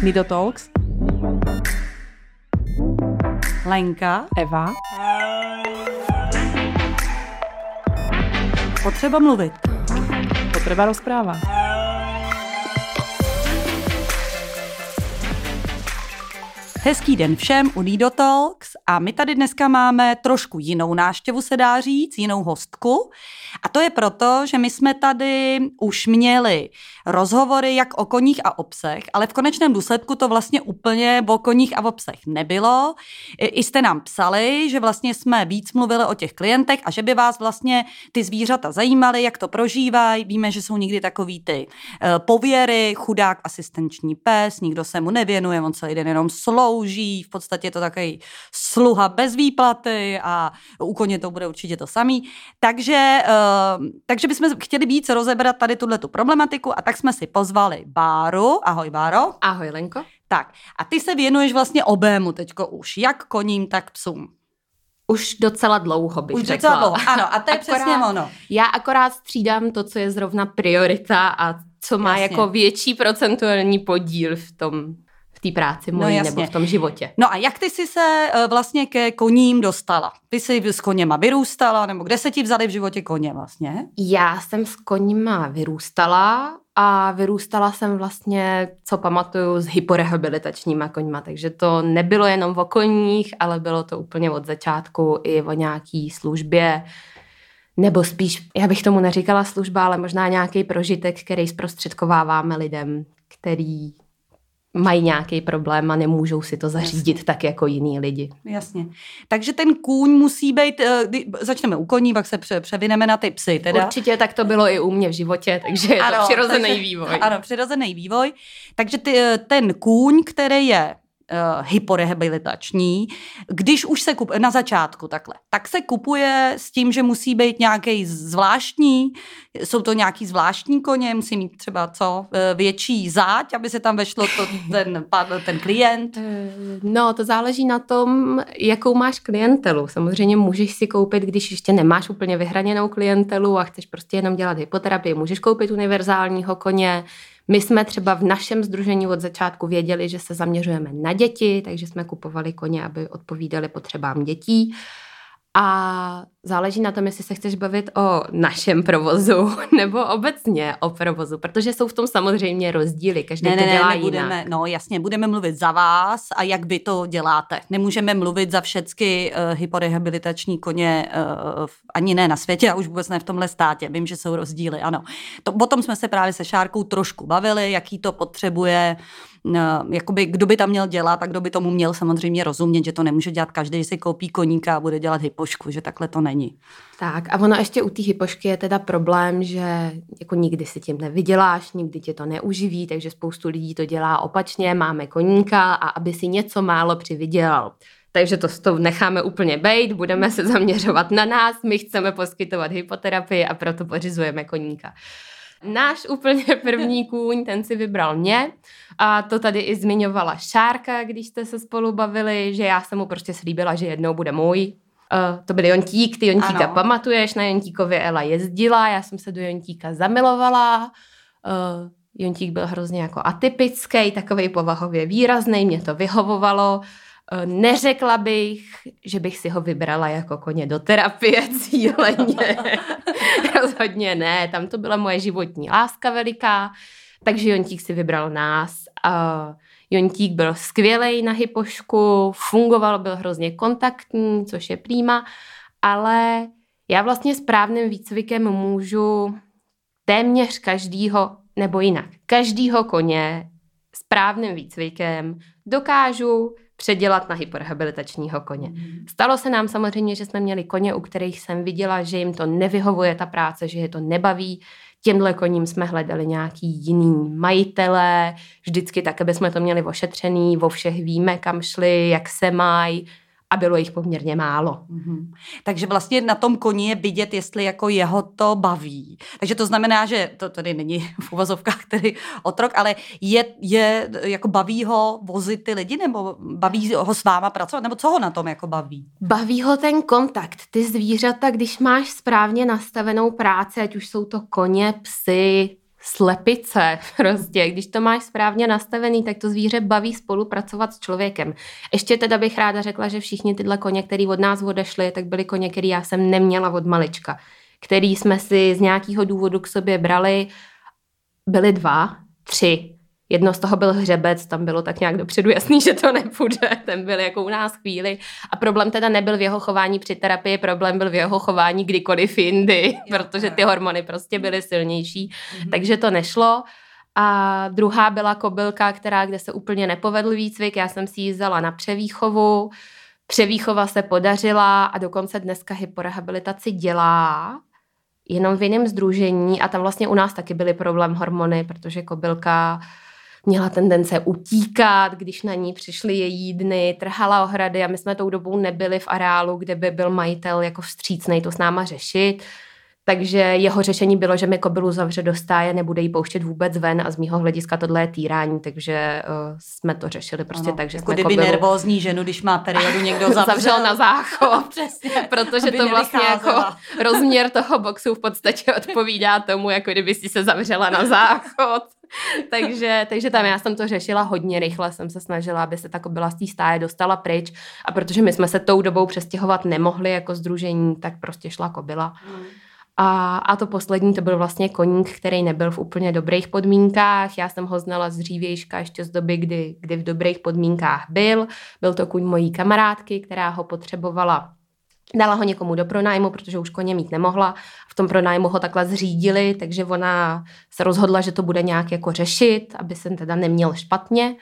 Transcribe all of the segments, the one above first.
Nido Talks. Lenka. Eva. Potřeba mluvit. Potreba rozpráva. Hezký den všem u Nido Talks a my tady dneska máme trošku jinou návštěvu, se dá říct, jinou hostku. A to je proto, že my jsme tady už měli rozhovory jak o koních a o psech, ale v konečném důsledku to vlastně úplně o koních a o psech nebylo. I jste nám psali, že vlastně jsme víc mluvili o těch klientech a že by vás vlastně ty zvířata zajímaly, jak to prožívají. Víme, že jsou někdy takový ty pověry, chudák asistenční pes, nikdo se mu nevěnuje, on celý den jenom slouží, v podstatě je to takový sluha bez výplaty a u koně to bude určitě to samý. Takže bychom chtěli víc rozebrat tady tuhletu problematiku a tak jsme si pozvali Báru. Ahoj, Báro. Ahoj, Lenko. Tak a ty se věnuješ vlastně obému teďko už, jak koním, tak psům. Už docela dlouho bych řekla. Už docela dlouho, ano, a to je přesně ono. Já akorát střídám to, co je zrovna priorita a co má jako větší procentuální podíl v té práci mojí nebo v tom životě. No a jak ty jsi se vlastně ke koním dostala? Ty jsi s koněma vyrůstala, nebo kde se ti vzali v životě koně vlastně? Já jsem s koněma vyrůstala a vyrůstala jsem vlastně, co pamatuju, s hyporehabilitačníma koňma, takže to nebylo jenom o koních, ale bylo to úplně od začátku i o nějaký službě, nebo spíš, já bych tomu neříkala služba, ale možná nějaký prožitek, který zprostředkováváme lidem, který mají nějaký problém a nemůžou si to zařídit tak jako jiní lidi. Jasně. Takže ten kůň musí být, začneme u koní, pak se převineme na ty psy. Teda. Určitě tak to bylo i u mě v životě, takže je to přirozený vývoj. Ano, přirozený vývoj. Takže ten kůň, který je hyporehabilitační, když už se kupuje na začátku takhle, tak se kupuje s tím, že musí být nějaký zvláštní, jsou to nějaký zvláštní koně, musí mít třeba větší záď, aby se tam vešlo ten klient. No, to záleží na tom, jakou máš klientelu. Samozřejmě můžeš si koupit, když ještě nemáš úplně vyhraněnou klientelu a chceš prostě jenom dělat hypoterapii, můžeš koupit univerzálního koně. My jsme třeba v našem sdružení od začátku věděli, že se zaměřujeme na děti, takže jsme kupovali koně, aby odpovídali potřebám dětí. A záleží na tom, jestli se chceš bavit o našem provozu nebo obecně o provozu, protože jsou v tom samozřejmě rozdíly, každý to dělá jinak. No jasně, budeme mluvit za vás a jak vy to děláte. Nemůžeme mluvit za všechny hyporehabilitační koně, ani ne na světě a už vůbec ne v tomhle státě. Vím, že jsou rozdíly, ano. O tom jsme se právě se Šárkou trošku bavili, jaký to potřebuje, jakoby, kdo by tam měl dělat a kdo by tomu měl samozřejmě rozumět, že to nemůže dělat každý, že si koupí koníka a bude dělat hypošku, že takhle to není. Tak a ono ještě u té hypošky je teda problém, že jako nikdy si tím nevyděláš, nikdy tě to neuživí, takže spoustu lidí to dělá opačně, máme koníka a aby si něco málo přivydělal. Takže to necháme úplně bejt, budeme se zaměřovat na nás, my chceme poskytovat hypoterapii a proto pořizujeme koníka. Náš úplně první kůň, ten si vybral mě a to tady i zmiňovala Šárka, když jste se spolu bavili, že já jsem mu prostě slíbila, že jednou bude můj. To byl Jontík, ty Jontíka pamatuješ, na Jontíkově Ela jezdila, já jsem se do Jontíka zamilovala. Jontík byl hrozně jako atypický, takovej povahově výrazný, mě to vyhovovalo. Neřekla bych, že bych si ho vybrala jako koně do terapie cíleně. Rozhodně ne, tam to byla moje životní láska veliká, takže Jontík si vybral nás. Jontík byl skvělej na hypošku, fungoval, byl hrozně kontaktní, což je prima, ale já vlastně správným výcvikem můžu téměř každýho, nebo jinak, každýho koně správným výcvikem dokážu předělat na hyporehabilitačního koně. Stalo se nám samozřejmě, že jsme měli koně, u kterých jsem viděla, že jim to nevyhovuje ta práce, že je to nebaví. Těmhle koním jsme hledali nějaký jiný majitele, vždycky tak, aby jsme to měli ošetřený, o všech víme, kam šli, jak se mají a bylo jich poměrně málo. Takže vlastně na tom koni je vidět, jestli jako jeho to baví. Takže to znamená, že to tady není v uvozovkách tedy otrok, ale je jako baví ho vozit ty lidi, nebo baví ho s váma pracovat, nebo co ho na tom jako baví? Baví ho ten kontakt. Ty zvířata, když máš správně nastavenou práci, ať už jsou to koně, psy, slepice prostě. Když to máš správně nastavený, tak to zvíře baví spolupracovat s člověkem. Ještě teda bych ráda řekla, že všichni tyhle koně, který od nás odešli, tak byly koně, který já jsem neměla od malička, který jsme si z nějakého důvodu k sobě brali. Byly 2, 3. Jedno z toho byl hřebec, tam bylo tak nějak dopředu jasný, že to nepůjde, ten byl jako u nás chvíli. A problém teda nebyl v jeho chování při terapii, problém byl v jeho chování kdykoliv jindy, protože ty hormony prostě byly silnější, takže to nešlo. A druhá byla kobylka, kde se úplně nepovedl výcvik, já jsem si ji vzala na převýchovu, převýchova se podařila a dokonce dneska hyporehabilitaci dělá, jenom v jiném sdružení a tam vlastně u nás taky byly problém hormony, protože kobylka měla tendence utíkat, když na ní přišly její dny, trhala ohrady a my jsme tou dobou nebyli v areálu, kde by byl majitel jako vstřícnej to s náma řešit. Takže jeho řešení bylo, že mi kobylu zavře do stáje, nebude jí pouštět vůbec ven a z mýho hlediska tohle je týrání, takže jsme to řešili prostě tak, že jako jsme kdyby nervózní ženu, když má periodu někdo zavřel na záchod. Přesně, protože to vlastně jako rozměr toho boxu v podstatě odpovídá tomu, jako kdyby si se zavřela na záchod. takže tam já jsem to řešila hodně rychle, jsem se snažila, aby se ta kobyla z té stáje dostala pryč a protože my jsme se tou dobou přestěhovat nemohli jako sdružení, tak prostě šla kobyla. A to poslední, to byl vlastně koník, který nebyl v úplně dobrých podmínkách. Já jsem ho znala z dřívějška ještě z doby, kdy v dobrých podmínkách byl. Byl to kůň mojí kamarádky, která ho potřebovala. Dala ho někomu do pronájmu, protože už koně mít nemohla. V tom pronájmu ho takhle zřídili, takže ona se rozhodla, že to bude nějak jako řešit, aby se teda neměl špatně.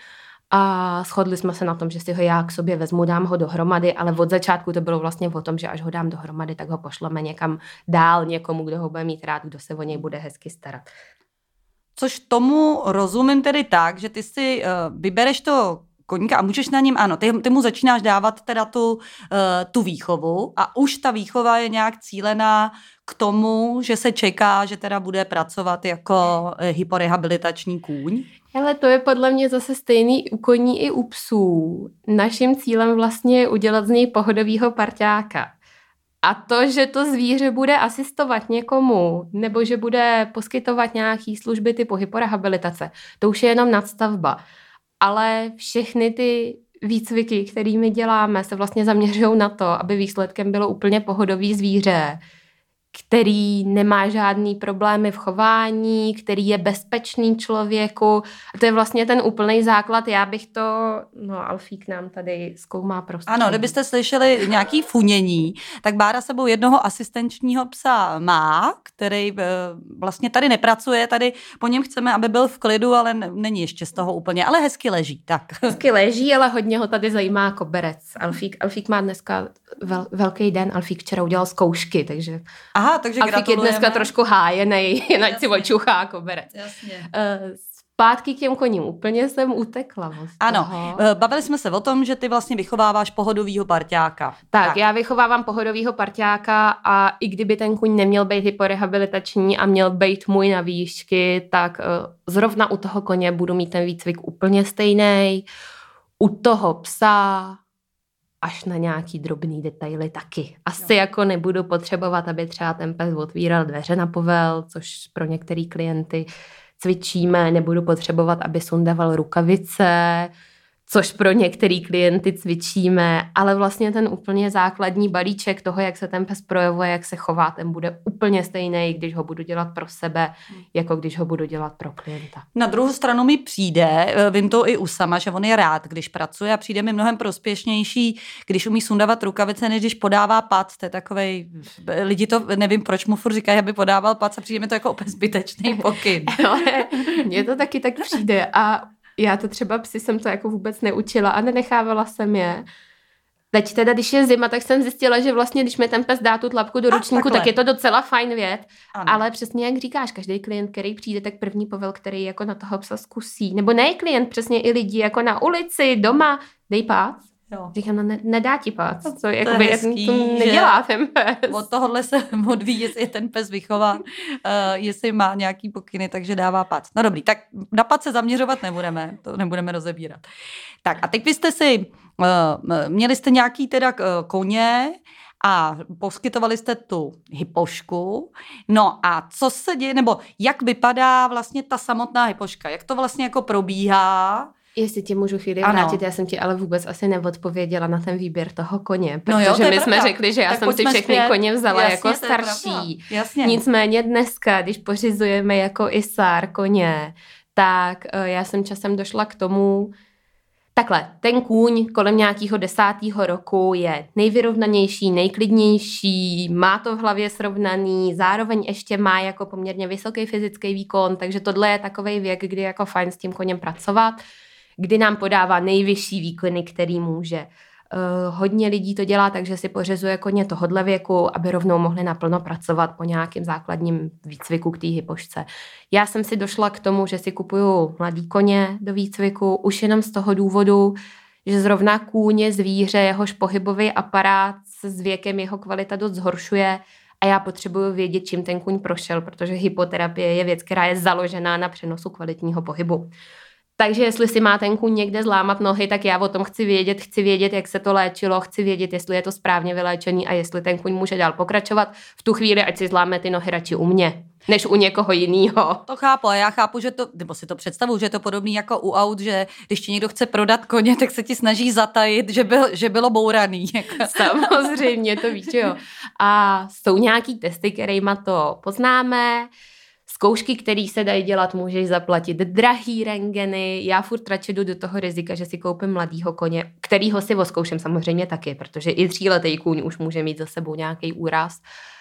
A shodli jsme se na tom, že si ho já k sobě vezmu, dám ho dohromady, ale od začátku to bylo vlastně o tom, že až ho dám dohromady, tak ho pošleme někam dál někomu, kdo ho bude mít rád, kdo se o něj bude hezky starat. Což tomu rozumím tedy tak, že ty si vybereš to koníka a můžeš na něm, ano, ty mu začínáš dávat teda tu výchovu a už ta výchova je nějak cílená k tomu, že se čeká, že teda bude pracovat jako hyporehabilitační kůň. Ale to je podle mě zase stejný u koní i u psů. Naším cílem vlastně je udělat z něj pohodovýho parťáka. A to, že to zvíře bude asistovat někomu, nebo že bude poskytovat nějaký služby typu hyporehabilitace, to už je jenom nadstavba. Ale všechny ty výcviky, kterými děláme, se vlastně zaměřují na to, aby výsledkem bylo úplně pohodový zvíře, který nemá žádný problémy v chování, který je bezpečný člověku. A to je vlastně ten úplný základ. Já bych to... No, Alfík nám tady zkoumá prostředí. Ano, kdybyste slyšeli nějaký funění, tak Bára sebou jednoho asistenčního psa má, který vlastně tady nepracuje, tady po něm chceme, aby byl v klidu, ale není ještě z toho úplně, ale hezky leží. Tak. Hezky leží, ale hodně ho tady zajímá koberec. Alfík má dneska velký den, Alfík včera udělal zkoušky, takže... Aha, takže Alfík je dneska trošku hájenej, jinak si očuchá koberec. Jasně. Zpátky k těm koním, úplně jsem utekla. Ano, bavili jsme se o tom, že ty vlastně vychováváš pohodovýho parťáka. Tak, já vychovávám pohodovýho parťáka a i kdyby ten kůň neměl být hyporehabilitační a měl být můj na výšky, tak zrovna u toho koně budu mít ten výcvik úplně stejný. U toho psa až na nějaký drobný detaily taky. Asi jako nebudu potřebovat, aby třeba ten pes otvíral dveře na povel, což pro některé klienty cvičíme, nebudu potřebovat, aby sundával rukavice, což pro některé klienty cvičíme, ale vlastně ten úplně základní balíček toho, jak se ten pes projevuje, jak se chová, ten bude úplně stejný, když ho budu dělat pro sebe, jako když ho budu dělat pro klienta. Na druhou stranu mi přijde, vím to i u sama, že on je rád, když pracuje a přijde mi mnohem prospěšnější, když umí sundávat rukavice, než když podává pac. To je takovej, lidi to, nevím, proč mu furt říkají, aby podával pac a přijde mi to jako opět zbytečný pokyn. Ale mně to taky tak přijde a já to třeba psi jsem to jako vůbec neučila a nenechávala jsem je. Teď teda, když je zima, tak jsem zjistila, že vlastně, když mi ten pes dá tu tlapku do ručníku, tak je to docela fajn věc. Ano. Ale přesně jak říkáš, každý klient, který přijde, tak první povel, který jako na toho psa zkusí. Nebo ne klient, přesně i lidi, jako na ulici, doma, dej pác. Jo. Říkám, no nedá ti pác. To je hezký, to nedělá ten pes. Od tohohle se odvíjí, jestli je ten pes vychová, jestli má nějaký pokyny, takže dává pác. No dobrý, tak na pác se zaměřovat nebudeme, to nebudeme rozebírat. Tak a teď byste si, měli jste nějaký teda koně a poskytovali jste tu hypošku. No a co se děje, nebo jak vypadá vlastně ta samotná hypoška? Jak to vlastně jako probíhá? Jestli ti můžu chvíli vrátit, já jsem ti ale vůbec asi neodpověděla na ten výběr toho koně, protože my jsme řekli, že já jsem si všechny koně vzala jako starší. Nicméně dneska, když pořizujeme jako isár koně, tak já jsem časem došla k tomu, takhle, ten kůň kolem nějakého 10. roku je nejvyrovnanější, nejklidnější, má to v hlavě srovnaný, zároveň ještě má jako poměrně vysoký fyzický výkon, takže tohle je takovej věk, kdy je jako fajn s tím koněm pracovat, kdy nám podává nejvyšší výkony, který může. Hodně lidí to dělá, takže si pořizuje koně tohodle věku, aby rovnou mohli naplno pracovat po nějakém základním výcviku k té hypošce. Já jsem si došla k tomu, že si kupuju mladý koně do výcviku už jenom z toho důvodu, že zrovna kůň je zvíře, jehož pohybový aparát se s věkem jeho kvalita dost zhoršuje a já potřebuju vědět, čím ten kůň prošel, protože hypoterapie je věc, která je založená na přenosu kvalitního pohybu. Takže jestli si má ten kůň někde zlámat nohy, tak já o tom chci vědět, jak se to léčilo, chci vědět, jestli je to správně vyléčený a jestli ten kůň může dál pokračovat. V tu chvíli, ať si zláme ty nohy radši u mě, než u někoho jiného. To chápu, a já chápu, že to, nebo si to představuju, že je to podobný jako u aut, že když ti někdo chce prodat koně, tak se ti snaží zatajit, že bylo bouraný. Samozřejmě, to víš, jo. A jsou nějaký testy, kterýma to poznáme. Zkoušky, které se dají dělat, můžeš zaplatit drahý rentgeny. Já furt radši jdu do toho rizika, že si koupím mladýho koně, kterýho si oskouším samozřejmě taky, protože i 3letý kůň už může mít za sebou nějaký úraz.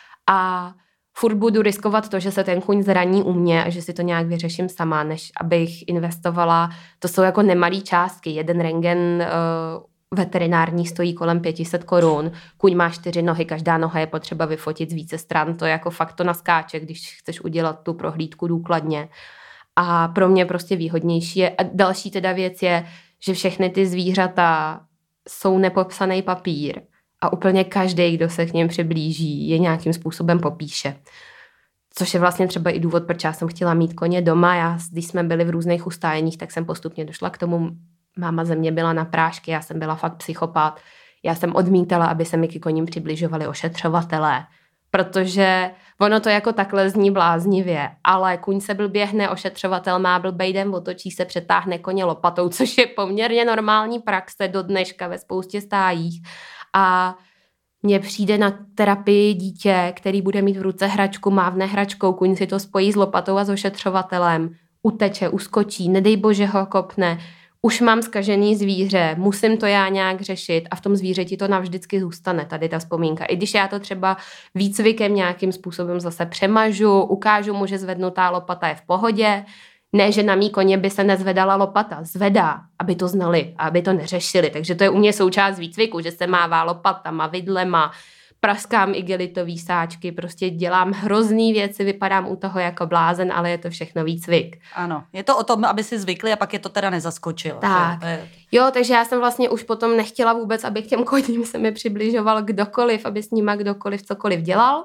A furt budu riskovat to, že se ten kůň zraní u mě a že si to nějak vyřeším sama, než abych investovala. To jsou jako nemalý částky. Jeden rentgen veterinární stojí kolem 500 korun. Kůň má 4 nohy, každá noha je potřeba vyfotit z více stran. To je jako fakt to naskáče, když chceš udělat tu prohlídku důkladně. A pro mě prostě výhodnější je. A další teda věc je, že všechny ty zvířata jsou nepopsaný papír a úplně každý, kdo se k něm přiblíží, je nějakým způsobem popíše. Což je vlastně třeba i důvod, proč já jsem chtěla mít koně doma. Když jsme byli v různých ustájeních, tak jsem postupně došla k tomu. Máma ze mě byla na prášky, já jsem byla fakt psychopat. Já jsem odmítala, aby se mi k koním přibližovali ošetřovatelé, protože ono to jako takhle zní bláznivě, ale kůň se blběhne, ošetřovatel má blbej den, otočí se, přetáhne koně lopatou, což je poměrně normální praxe do dneška ve spoustě stájích. A mně přijde na terapii dítě, který bude mít v ruce hračku, mávne hračkou, kůň si to spojí s lopatou a s ošetřovatelem, uteče, uskočí, nedej bože ho kopne. Už mám zkažený zvíře, musím to já nějak řešit a v tom zvířeti to navždycky zůstane, tady ta vzpomínka. I když já to třeba výcvikem nějakým způsobem zase přemažu, ukážu mu, že zvednutá lopata je v pohodě, ne, že na mý koně by se nezvedala lopata, zvedá, aby to znali a aby to neřešili. Takže to je u mě součást výcviku, že se mává lopatama, vidlema, praskám igelitový sáčky, prostě dělám hrozný věci, vypadám u toho jako blázen, ale je to všechno výcvik. Ano, je to o tom, aby si zvykli a pak je to teda nezaskočilo. Tak. Jo, takže já jsem vlastně už potom nechtěla vůbec, aby k těm koním se mi přibližoval kdokoliv, aby s nima kdokoliv cokoliv dělal.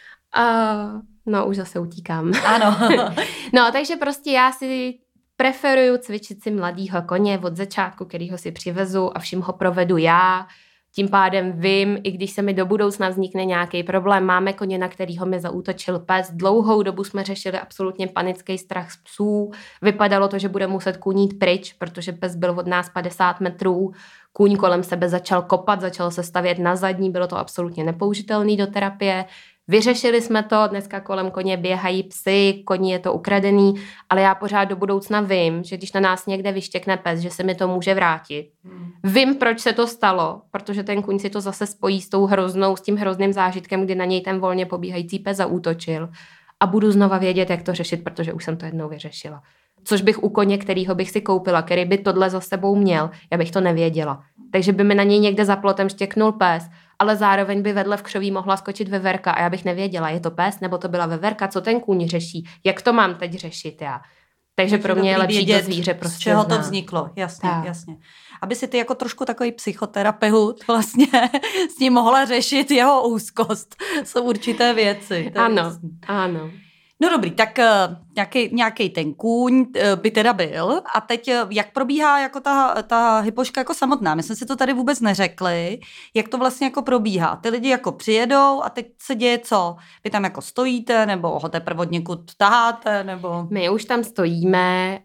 No, už zase utíkám. Ano. No, takže prostě já si preferuju cvičit si mladýho koně od začátku, kterýho si přivezu a vším ho provedu já. Tím pádem vím, i když se mi do budoucna vznikne nějaký problém, máme koně, na kterýho mi zaútočil pes. Dlouhou dobu jsme řešili absolutně panický strach z psů. Vypadalo to, že bude muset kůň jít pryč, protože pes byl od nás 50 metrů. Kůň kolem sebe začal kopat, začal se stavět na zadní, bylo to absolutně nepoužitelný do terapie. Vyřešili jsme to, dneska kolem koně běhají psy, koní je to ukradený, ale já pořád do budoucna vím, že když na nás někde vyštěkne pes, že se mi to může vrátit. Vím, proč se to stalo, protože ten kůň si to zase spojí s tím hrozným zážitkem, kdy na něj ten volně pobíhající pes zaútočil a budu znova vědět, jak to řešit, protože už jsem to jednou vyřešila. Což bych u koně, kterýho bych si koupila, který by tohle za sebou měl, já bych to nevěděla. Takže by mi na něj někde za plotem štěknul pes, ale zároveň by vedle v křoví mohla skočit veverka a já bych nevěděla, je to pes nebo to byla veverka, co ten kůň řeší, jak to mám teď řešit já. Takže pro mě je lepší vědět, to zvíře prostě z čeho znám. To vzniklo, jasně, jasně. Aby si ty jako trošku takový psychoterapeut vlastně s ním mohla řešit jeho úzkost. Jsou určité věci. Ano, ano. No dobrý, tak nějaký ten kůň by teda byl. A teď jak probíhá jako ta hypoška jako samotná? My jsme si to tady vůbec neřekli, jak to vlastně jako probíhá. Ty lidi jako přijedou a teď se děje co? Vy tam jako stojíte, nebo ho teprve od někud taháte, nebo... My už tam stojíme,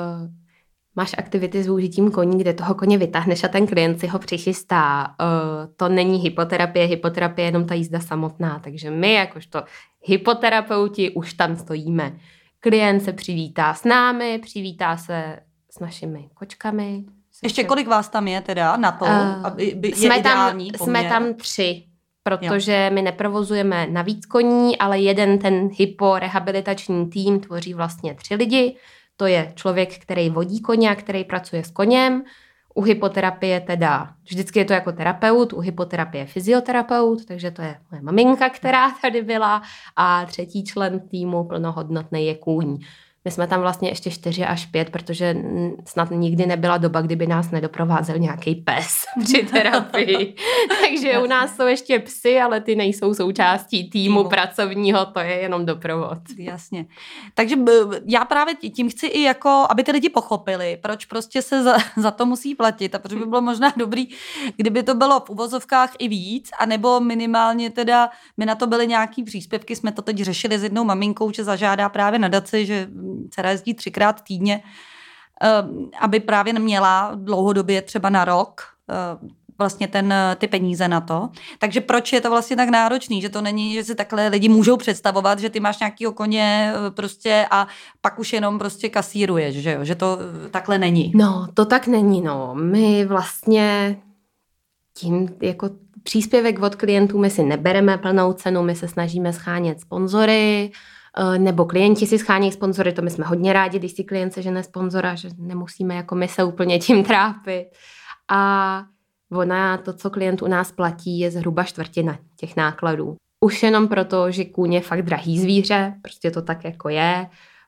máš aktivity s využitím koní, kde toho koně vytáhneš a ten klient si ho přichystá. To není hypoterapie je jenom ta jízda samotná, takže my jakožto hypoterapeuti už tam stojíme. Klient se přivítá s námi, přivítá se s našimi kočkami. Ještě kolik vás tam je teda na to? Je ideální poměr? Jsme tam 3, protože my neprovozujeme navíc koní, ale jeden ten hyporehabilitační tým tvoří vlastně 3 lidi. To je člověk, který vodí koně a který pracuje s koněm. U hypoterapie teda, vždycky je to jako terapeut, u hypoterapie fyzioterapeut, takže to je moje maminka, která tady byla, a 3. člen týmu plnohodnotný je kůň. My jsme tam vlastně ještě 4 až 5, protože snad nikdy nebyla doba, kdyby nás nedoprovázel nějaký pes při terapii. Takže u nás jsou ještě psy, ale ty nejsou součástí týmu pracovního, to je jenom doprovod. Jasně. Takže já právě tím chci i jako, aby ty lidi pochopili, proč prostě se za to musí platit a proč by bylo možná dobrý, kdyby to bylo v uvozovkách i víc, anebo minimálně teda my na to byly nějaký příspěvky, jsme to teď řešili s jednou maminkou, že zažádá právě nadaci, že dcera jezdí 3krát týdně, aby právě neměla dlouhodobě třeba na rok vlastně ty peníze na to. Takže proč je to vlastně tak náročný, že to není, že si takhle lidi můžou představovat, že ty máš nějakýho koně prostě a pak už jenom prostě kasíruješ, že to takhle není. No, to tak není, no. My vlastně tím jako příspěvek od klientů my si nebereme plnou cenu, my se snažíme schánět sponzory, nebo klienti si schánějí sponzory, to my jsme hodně rádi, když si klient sežene sponzora, že nemusíme jako my se úplně tím trápit. A to, co klient u nás platí, je zhruba 1/4 těch nákladů. Už jenom proto, že kůň je fakt drahý zvíře, prostě to tak jako je.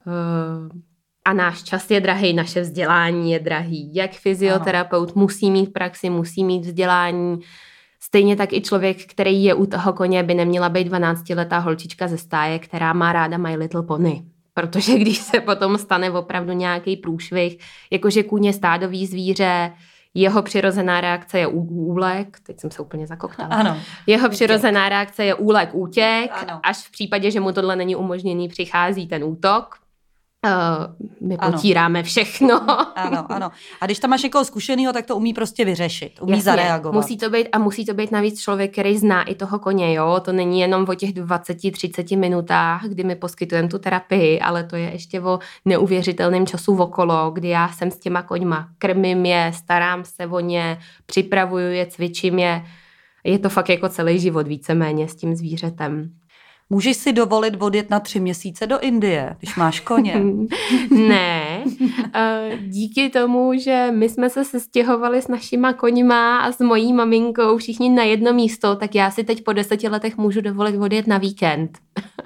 A náš čas je drahý, naše vzdělání je drahý. Jak fyzioterapeut musí mít praxi, musí mít vzdělání. Stejně tak i člověk, který je u toho koně, by neměla být 12letá holčička ze stáje, která má ráda My Little Pony. Protože když se potom stane opravdu nějaký průšvih, jakože kůň je stádový zvíře, jeho přirozená reakce je úlek, teď jsem se úplně zakoktala. Ano. Jeho přirozená reakce je úlek, útěk, až v případě, že mu tohle není umožněný, přichází ten útok. My potíráme všechno. Ano. A když tam máš někoho zkušenýho, tak to umí prostě vyřešit, umí zareagovat. Musí to být navíc člověk, který zná i toho koně, jo. To není jenom o těch 20-30 minutách, kdy my poskytujeme tu terapii, ale to je ještě o neuvěřitelném času okolo, kdy já jsem s těma koňma, krmím je, starám se o ně, připravuju je, cvičím je. Je to fakt jako celý život víceméně s tím zvířetem. Můžeš si dovolit odjet na 3 měsíce do Indie, když máš koně? Ne, díky tomu, že my jsme se sestěhovali s našima koňma a s mojí maminkou všichni na jedno místo, tak já si teď po 10 letech můžu dovolit odjet na víkend.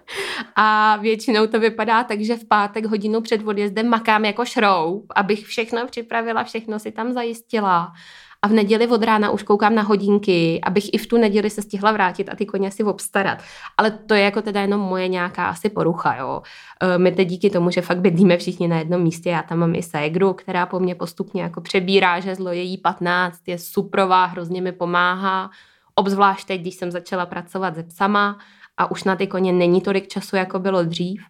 A většinou to vypadá tak, že v pátek hodinu před odjezdem makám jako šroub, abych všechno připravila, všechno si tam zajistila. A v neděli od rána už koukám na hodinky, abych i v tu neděli se stihla vrátit a ty koně si obstarat. Ale to je jako teda jenom moje nějaká asi porucha, jo. My teď díky tomu, že fakt bydlíme všichni na jednom místě, já tam mám i ségru, která po mně postupně jako přebírá žezlo, je jí 15, je suprová, hrozně mi pomáhá. Obzvlášť teď, když jsem začala pracovat se psama a už na ty koně není tolik času, jako bylo dřív.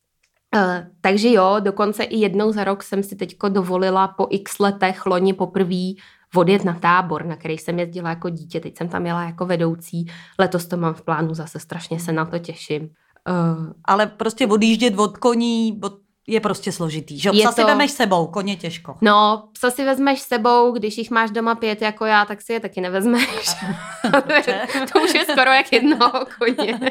Takže jo, dokonce i jednou za rok jsem si teďko dovolila po x letech loni poprvé odjet na tábor, na který jsem jezdila jako dítě. Teď jsem tam jela jako vedoucí. Letos to mám v plánu zase, strašně se na to těším. Ale prostě odjíždět od koní je prostě složitý. Že? Psa si vemeš sebou, koně těžko. No, psa si vezmeš sebou, když jich máš doma 5 jako já, tak si je taky nevezmeš. To už je skoro jak jednoho koně.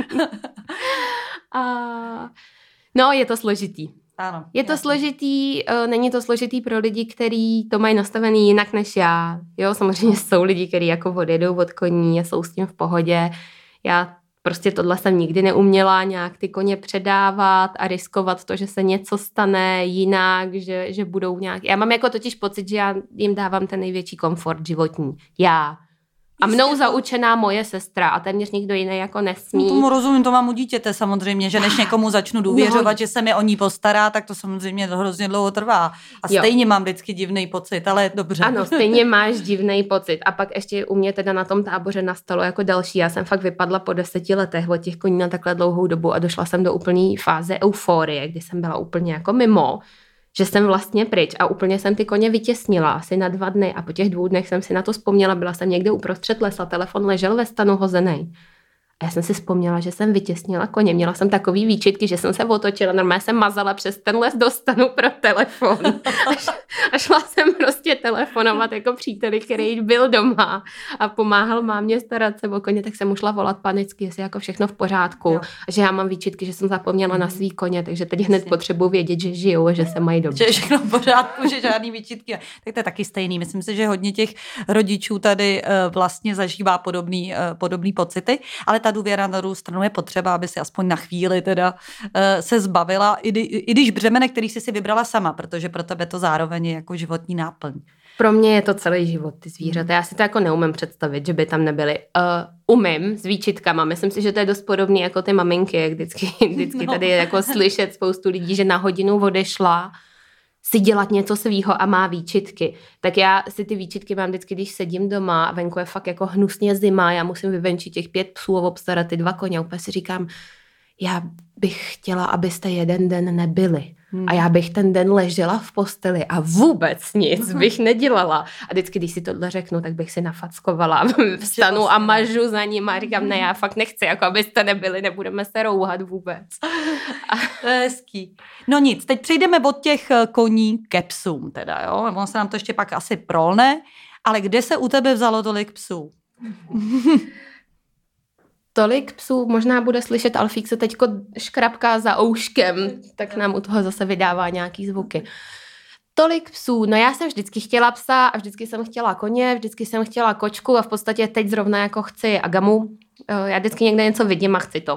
No, je to složitý. Ano, je to složitý, není to složitý pro lidi, kteří to mají nastavený jinak než já. Jo, samozřejmě jsou lidi, kteří jako odjedou od koní a jsou s tím v pohodě. Já prostě tohle jsem nikdy neuměla nějak ty koně předávat a riskovat to, že se něco stane jinak, že budou nějak... Já mám jako totiž pocit, že já jim dávám ten největší komfort životní. Já. A mnou zaučená moje sestra a téměř nikdo jiný jako nesmí. No, tomu rozumím, to mám u dítěte samozřejmě, že než někomu začnu důvěřovat, že se mi o ní postará, tak to samozřejmě hrozně dlouho trvá. A stejně mám vždycky divný pocit, ale dobře. Ano, stejně máš divný pocit. A pak ještě u mě teda na tom táboře nastalo jako další. Já jsem fakt vypadla po 10 letech od těch koní na takhle dlouhou dobu a došla jsem do úplné fáze euforie, kdy jsem byla úplně jako mimo, že jsem vlastně pryč a úplně jsem ty koně vytěsnila asi na 2 dny a po těch 2 dnech jsem si na to vzpomněla, byla jsem někde uprostřed lesa, telefon ležel ve stanu hozený. A já jsem si vzpomněla, že jsem vytěsnila koně. Měla jsem takový výčitky, že jsem se otočila, normálně jsem mazala přes ten les do stanu pro telefon. A šla jsem prostě telefonovat jako příteli, který byl doma a pomáhal mámě starat se o koně, tak jsem mu šla volat panicky, jestli jako všechno v pořádku. Jo. A že já mám výčitky, že jsem zapomněla na svý koně, takže teď hned potřebuji vědět, že žijou a že se mají dobře. Že je všechno v pořádku, že žádný výčitky. Tak to je taky stejný. Myslím si, že hodně těch rodičů tady vlastně zažívá podobný pocity, ale ta důvěra na druhou stranu je potřeba, aby si aspoň na chvíli teda se zbavila, i když břemene, který jsi vybrala sama, protože pro tebe to zároveň je jako životní náplň. Pro mě je to celý život, ty zvířata. Já si to jako neumím představit, že by tam nebyly. Umím s výčitkama. Myslím si, že to je dost podobný jako ty maminky, jak vždycky tady je jako slyšet spoustu lidí, že na hodinu odešla si dělat něco svýho a má výčitky. Tak já si ty výčitky mám vždycky, když sedím doma a venku je fakt jako hnusně zima, já musím vyvenčit těch 5 psů a obstarat ty 2 koně. Úplně si říkám, já bych chtěla, abyste jeden den nebyli. A já bych ten den ležela v posteli a vůbec nic bych nedělala. A vždycky, když si tohle řeknu, tak bych si nafackovala, vstanu a mažu za ním a říkám, ne, já fakt nechci, jako abyste nebyli, nebudeme se rouhat vůbec. To je hezký. No nic, teď přejdeme od těch koní ke psům teda, jo? Ono se nám to ještě pak asi prolne, ale kde se u tebe vzalo tolik psů? Tolik psů, možná bude slyšet, Alfík se teďko škrapká za ouškem, tak nám u toho zase vydává nějaký zvuky. Tolik psů, no já jsem vždycky chtěla psa a vždycky jsem chtěla koně, vždycky jsem chtěla kočku a v podstatě teď zrovna jako chci agamu. Já vždycky někde něco vidím a chci to.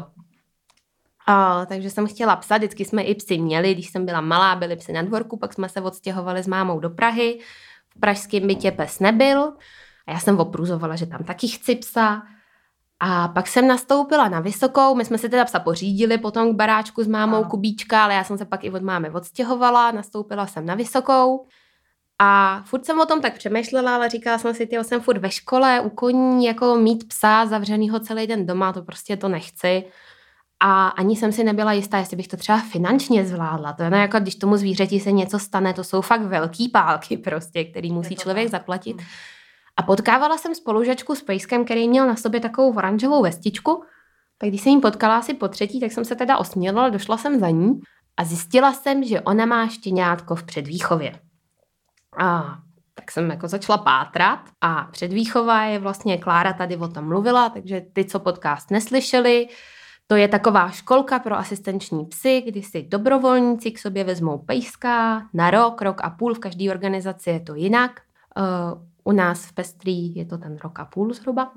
Takže jsem chtěla psa, vždycky jsme i psy měli, když jsem byla malá, byli psy na dvorku, pak jsme se odstěhovali s mámou do Prahy, v pražském bytě pes nebyl a já jsem opruzovala, že tam taky chci psa. A pak jsem nastoupila na vysokou, my jsme si teda psa pořídili potom k baráčku s mámou Kubíčka, ale já jsem se pak i od mámy odstěhovala, nastoupila jsem na vysokou a furt jsem o tom tak přemýšlela, ale říkala jsem si, jsem furt ve škole, u koní, jako mít psa zavřenýho celý den doma, to prostě to nechci. A ani jsem si nebyla jistá, jestli bych to třeba finančně zvládla. To je jako, když tomu zvířeti se něco stane, to jsou fakt velký pálky prostě, který musí člověk zaplatit. A potkávala jsem spolužačku s pejskem, který měl na sobě takovou oranžovou vestičku. Tak když jsem jí potkala asi po 3., tak jsem se teda osměla, došla jsem za ní a zjistila jsem, že ona má štěňátko v předvýchově. A tak jsem jako začala pátrat a předvýchova je vlastně, Klára tady o tom mluvila, takže ty, co podcast neslyšeli, to je taková školka pro asistenční psy, kdy si dobrovolníci k sobě vezmou pejska na rok a půl, v každé organizaci je to jinak. U nás v Pestrý je to ten 1,5 roku zhruba,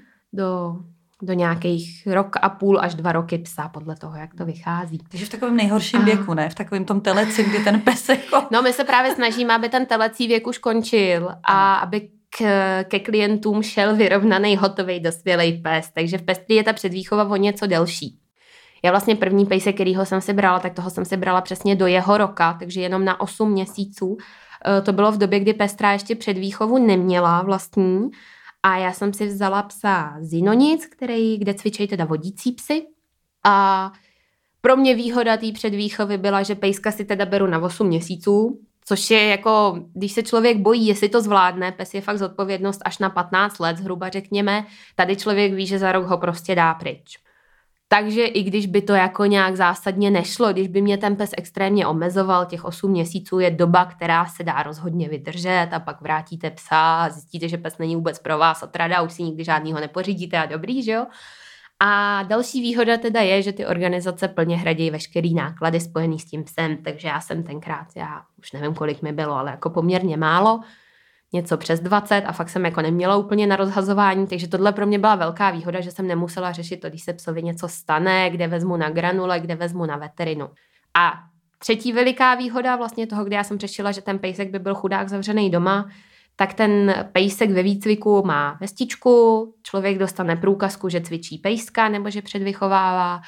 do nějakých 1,5 roku až 2 roky psa, podle toho, jak to vychází. Takže v takovém nejhorším věku, ne? V takovém tom teleci, kdy ten pes jako... No, my se právě snažíme, aby ten telecí věk už končil a aby ke klientům šel vyrovnaný, hotový, dospělej pes. Takže v Pestrý je ta předvýchova o něco delší. Já vlastně první pejse, kterýho jsem si brala, tak toho jsem si brala přesně do jeho roka, takže jenom na 8 měsíců. To bylo v době, kdy Pestrá ještě předvýchovu neměla vlastní a já jsem si vzala psa Zinonic, kde cvičejí teda vodící psy a pro mě výhoda té předvýchovy byla, že pejska si teda beru na 8 měsíců, což je jako, když se člověk bojí, jestli to zvládne, pes je fakt zodpovědnost až na 15 let, zhruba řekněme, tady člověk ví, že za rok ho prostě dá pryč. Takže i když by to jako nějak zásadně nešlo, když by mě ten pes extrémně omezoval, těch 8 měsíců je doba, která se dá rozhodně vydržet a pak vrátíte psa a zjistíte, že pes není vůbec pro vás a trada, už si nikdy žádnýho nepořídíte a dobrý, že jo? A další výhoda teda je, že ty organizace plně hradí veškerý náklady spojený s tím psem, takže já jsem tenkrát, já už nevím, kolik mi bylo, ale jako poměrně málo, něco přes 20 a fakt jsem jako neměla úplně na rozhazování, takže tohle pro mě byla velká výhoda, že jsem nemusela řešit to, když se psovi něco stane, kde vezmu na granule, kde vezmu na veterinu. A třetí veliká výhoda vlastně toho, kde já jsem řešila, že ten pejsek by byl chudák zavřený doma, tak ten pejsek ve výcviku má vestičku, člověk dostane průkazku, že cvičí pejska nebo že předvychovává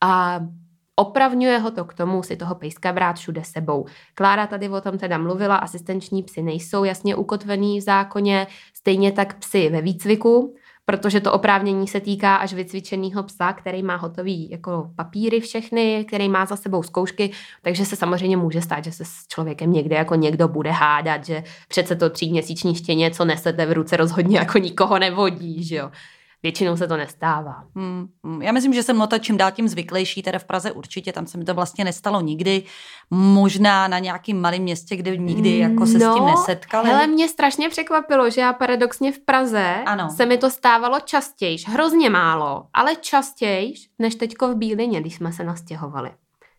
a opravňuje ho to k tomu si toho pejska brát všude sebou. Klára tady o tom teda mluvila, asistenční psy nejsou jasně ukotvený v zákoně, stejně tak psy ve výcviku, protože to oprávnění se týká až vycvičeného psa, který má hotový jako papíry všechny, který má za sebou zkoušky, takže se samozřejmě může stát, že se s člověkem někde jako někdo bude hádat, že přece to 3měsíční štěně, co nesete v ruce, rozhodně jako nikoho nevodí, že jo. Většinou se to nestává. Já myslím, že jsem čím dál tím zvyklejší, teda v Praze určitě, tam se mi to vlastně nestalo nikdy. Možná na nějakým malém městě, kde nikdy jako se s tím nesetkali. Hele, mě strašně překvapilo, že já paradoxně v Praze se mi to stávalo častějš, hrozně málo, ale častějš než teďko v Bílině, když jsme se nastěhovali.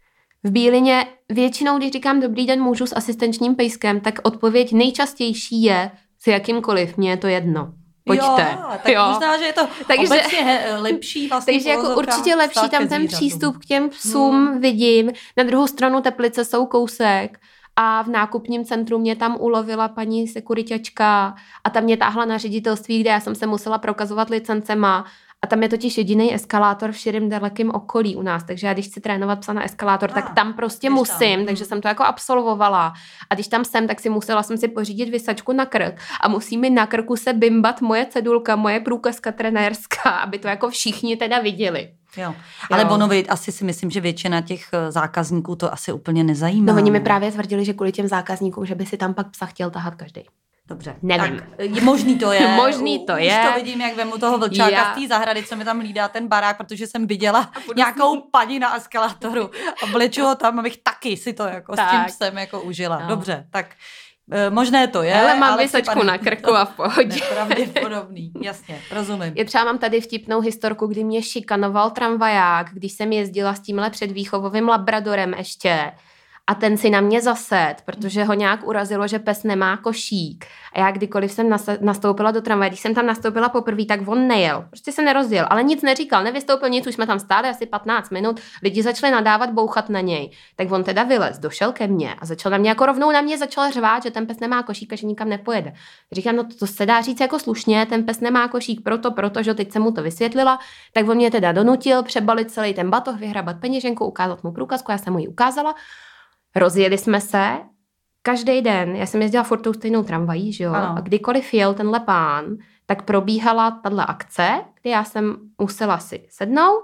V Bílině většinou, když říkám dobrý den, můžu s asistenčním pejskem, tak odpověď nejčastější je s jakýmkoliv, mně je to jedno. Pojďte. Tak možná, že je to obecně lepší vlastně. Takže jako určitě lepší tam ten přístup k těm psům vidím. Na druhou stranu Teplice jsou kousek a v nákupním centru mě tam ulovila paní sekuriťačka a tam mě táhla na ředitelství, kde já jsem se musela prokazovat licencema. A tam je totiž jediný eskalátor v širém dalekém okolí u nás, takže já když chci trénovat psa na eskalátor, tak tam prostě musím, takže jsem to jako absolvovala. A když tam jsem, tak jsem si pořídit visačku na krk a musí mi na krku se bimbat moje cedulka, moje průkazka trenérská, aby to jako všichni teda viděli. Jo. Ale Bonovi, asi si myslím, že většina těch zákazníků to asi úplně nezajímá. No oni mi právě tvrdili, že kvůli těm zákazníkům, že by si tam pak psa chtěl tahat každý. Dobře. Nevím. Tak, možný to je. Možný to je. Už to vidím, jak vemu toho vlčáka z té zahrady, co mi tam hlídá ten barák, protože jsem viděla nějakou paní na eskalátoru a vleču ho tam, abych taky si to jako s tím psem jako užila. No. Dobře, tak možné to je. Ale mám visačku na krku a v pohodě. Nepravděpodobný, jasně, rozumím. Já třeba mám tady vtipnou historku, kdy mě šikanoval tramvaják, když jsem jezdila s tímhle předvýchovovým labradorem ještě. A ten si na mě zased, protože ho nějak urazilo, že pes nemá košík. A já kdykoliv jsem nastoupila do tramvaje, když jsem tam nastoupila poprvé, tak on nejel. Prostě se nerozjel, ale nic neříkal, nevystoupil nic, už jsme tam stáli asi 15 minut, lidi začali nadávat, bouchat na něj. Tak on teda vylez, došel ke mně a začal na mě jako rovnou na mě začal řvát, že ten pes nemá košík a že nikam nepojede. Říkám, no to se dá říct jako slušně, ten pes nemá košík protože teď jsem mu to vysvětlila, tak on mě teda donutil přebalit celý ten batoh, vyhrabat peněženku, ukázat mu průkazku, já jsem mu ji ukázala. Rozjeli jsme se každý den, já jsem jezdila furt tou stejnou tramvají, že jo, a kdykoliv jel tenhle pán, tak probíhala tahle akce, kdy já jsem musela si sednout,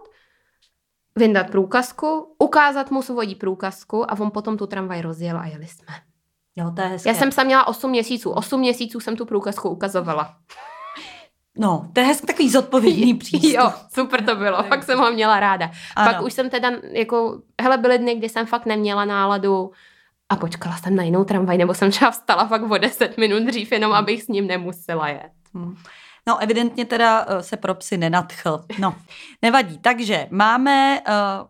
vyndat průkazku, ukázat mu svoji průkazku a on potom tu tramvaj rozjel a jeli jsme. Jo, to je hezké. Já jsem tam měla 8 měsíců, 8 měsíců jsem tu průkazku ukazovala. No, to je hezky takový zodpovědný přístup. Jo, super to bylo, fakt jsem ho měla ráda. Ano. Pak už jsem teda, jako, byly dny, kdy jsem fakt neměla náladu a počkala jsem na jinou tramvaj, nebo jsem třeba vstala fakt o 10 minut dřív, jenom abych s ním nemusela jet. No, evidentně teda se pro psy nenadchl. No, nevadí. Takže máme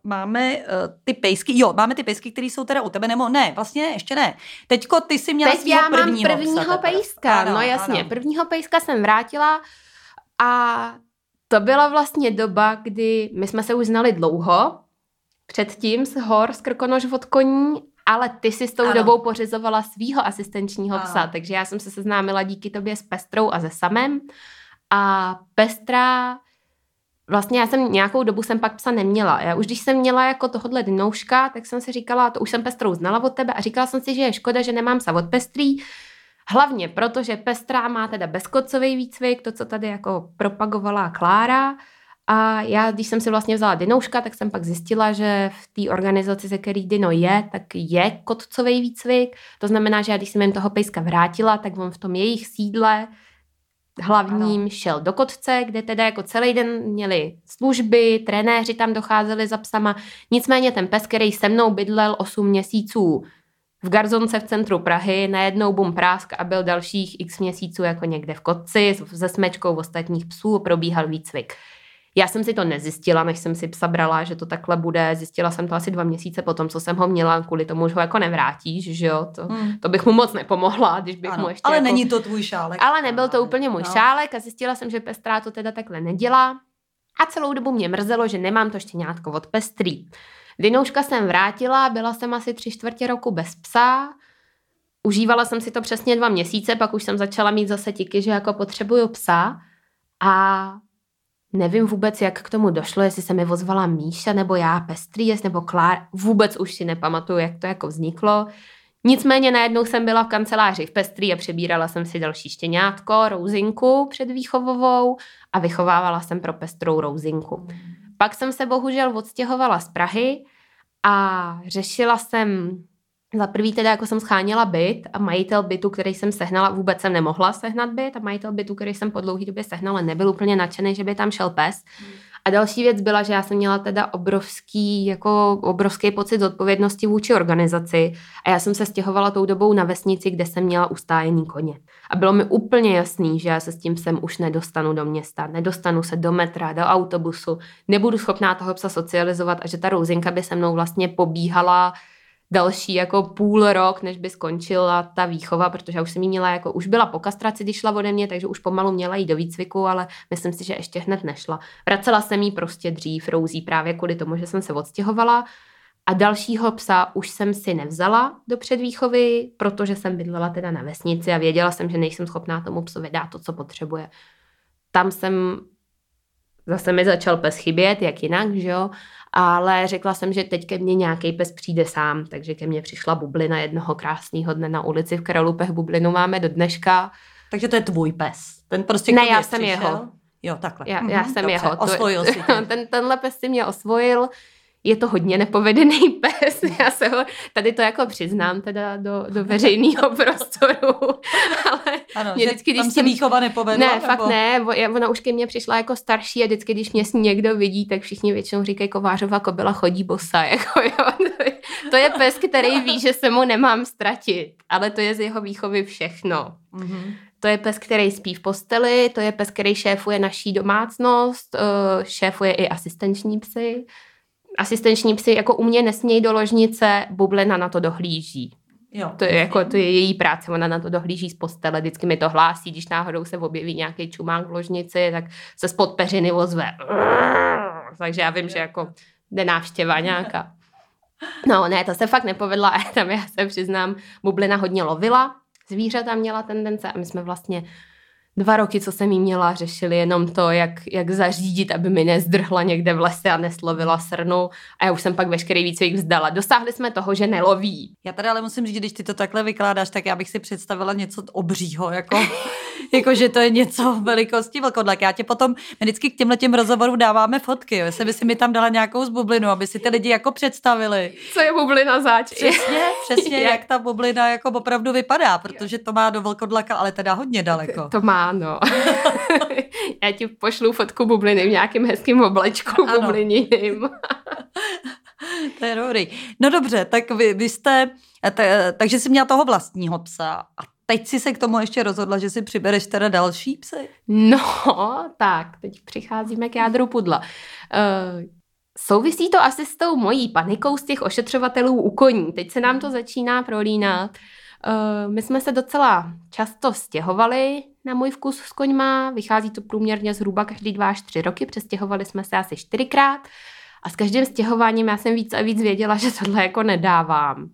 ty pejsky. Jo, máme ty pejsky, které jsou teda u tebe, nebo ne, vlastně ještě ne. Teďko ty jsi měla svýho prvního psa. Teď já mám prvního pejska, no jasně. Ano. Prvního pejska jsem vrátila a to byla vlastně doba, kdy my jsme se už znali dlouho, předtím z hor, z Krkonoš od koní, ale ty si s tou dobou pořizovala svýho asistenčního psa, takže já jsem se seznámila díky tobě s Pestrou a se Samem. A Pestra, vlastně já jsem nějakou dobu jsem pak psa neměla. Já už když jsem měla jako tohodle dinouška, tak jsem si říkala, to už jsem Pestrou znala od tebe a říkala jsem si, že je škoda, že nemám psa od Pestrý. Hlavně proto, že Pestrá má teda bezkocový výcvik, to, co tady jako propagovala Klára. A já, když jsem si vlastně vzala dinouška, tak jsem pak zjistila, že v té organizaci, ze který dino je, tak je kotcový výcvik. To znamená, že já, když jsem jim toho pejska vrátila, tak on v tom jejich sídle hlavním šel do Kotce, kde teda jako celý den měli služby, trenéři tam docházeli za psama. Nicméně ten pes, který se mnou bydlel 8 měsíců v Garzonce v centru Prahy, najednou bum prásk a byl dalších x měsíců jako někde v Kotci se smečkou ostatních psů, probíhal výcvik. Já jsem si to nezjistila, než jsem si psa brala, že to takhle bude. Zjistila jsem to asi 2 měsíce potom, co jsem ho měla, kvůli tomu už ho jako nevrátíš, že jo? To bych mu moc nepomohla, když bych mu ještě ale jako... není to tvůj šálek. Ale nebyl to úplně můj šálek a zjistila jsem, že Pestrá to teda takhle nedělá. A celou dobu mě mrzelo, že nemám to štěňátko od Pestrý. Dinouška jsem vrátila, byla jsem asi 3/4 roku bez psa. užívala jsem si to přesně 2 měsíce, pak už jsem začala mít zase tiky, že jako potřebuju psa a nevím vůbec, jak k tomu došlo, jestli se mi ozvala Míša, nebo já, Pestrý, nebo Klár, vůbec už si nepamatuju, jak to jako vzniklo. Nicméně najednou jsem byla v kanceláři v Pestrý a přebírala jsem si další štěňátko, Rouzinku předvýchovovou a vychovávala jsem pro Pestrou Rouzinku. Pak jsem se bohužel odstěhovala z Prahy a řešila jsem, za prvý teda jako jsem scháněla byt a majitel bytu, který jsem sehnala, vůbec jsem nemohla sehnat byt a majitel bytu, který jsem po dlouhé době sehnala, nebyl úplně nadšený, že by tam šel pes. A další věc byla, že já jsem měla teda obrovský pocit zodpovědnosti vůči organizaci a já jsem se stěhovala tou dobou na vesnici, kde jsem měla ustájený koně. A bylo mi úplně jasný, že já se s tím sem už nedostanu do města, nedostanu se do metra, do autobusu, nebudu schopná toho psa socializovat a že ta Rouzinka by se mnou vlastně pobíhala další jako půl rok, než by skončila ta výchova, protože já už jsem jí měla jako, už byla po kastraci, když šla ode mě, takže už pomalu měla jít do výcviku, ale myslím si, že ještě hned nešla. Vracela jsem jí prostě dřív, Rouzí, právě kvůli tomu, že jsem se odstěhovala a dalšího psa už jsem si nevzala do předvýchovy, protože jsem bydlela teda na vesnici a věděla jsem, že nejsem schopná tomu psovi dát to, co potřebuje. Tam jsem zase mi začal pes chybět, jak jinak, že jo? Ale řekla jsem, že teď ke mně nějaký pes přijde sám, takže ke mně přišla Bublina jednoho krásného dne na ulici v Kralupech. Bublinu máme do dneška. Takže to je tvůj pes. Ten prostě ne, já jsem jeho. Jo, takhle. Já jsem jeho. Osvojil si Tenhle pes si mě osvojil. Je to hodně nepovedený pes, já se ho tady to jako přiznám teda do veřejného prostoru, ale ano, že vždycky, když tam se výchova nepovedla? Ne, nebo? Fakt ne, ona už ke mně přišla jako starší a vždycky, když mě s ní někdo vidí, tak všichni většinou říkají, Kovářová kobyla chodí bosa, jako jo. To je pes, který ví, že se mu nemám ztratit, ale to je z jeho výchovy všechno. Mm-hmm. To je pes, který spí v posteli, to je pes, který šéfuje naší domácnost, šéfuje i asistenční psy. Asistenční psy jako u mě nesmějí do ložnice, Bublina na to dohlíží. Jo. To je její práce, ona na to dohlíží z postele, vždycky mi to hlásí, když náhodou se objeví nějaký čumák v ložnici, tak se spod peřiny ozve. Takže já vím, že jako jde návštěva nějaká. No ne, to se fakt nepovedla a tam já se přiznám, Bublina hodně lovila, zvířata měla tendence a my jsme vlastně 2 roky, co jsem jí měla, řešili jenom to, jak zařídit, aby mi nezdrhla někde v lese a neslovila srnu. A já už jsem pak veškerý výcvik vzdala. Dosáhli jsme toho, že neloví. Já tady ale musím říct, když ty to takhle vykládáš, tak já bych si představila něco obřího, jako že to je něco velikosti vlkodlak. Já tě potom, my vždycky k těmhletěm rozhovorům dáváme fotky, jo. Jestli by si mi tam dala nějakou z bublinu, aby si ty lidi jako představili. Co je bublina zač? Přesně jak ta bublina jako opravdu vypadá, protože to má do vlkodlaka, ale teda hodně daleko. To má, no. Já ti pošlu fotku bubliny v nějakým hezkým oblečku bublininým. To je dobrý. No dobře, tak vy jste, takže jsi měla toho vlastního psa a teď si se k tomu ještě rozhodla, že si přibereš teda další psy? No, tak, teď přicházíme k jádru pudla. Souvisí to asi s tou mojí panikou z těch ošetřovatelů u koní. Teď se nám to začíná prolínat. My jsme se docela často stěhovali na můj vkus s koňma, vychází to průměrně zhruba každý 2 až 3 roky, přestěhovali jsme se asi 4krát a s každým stěhováním já jsem víc a víc věděla, že tohle jako nedávám.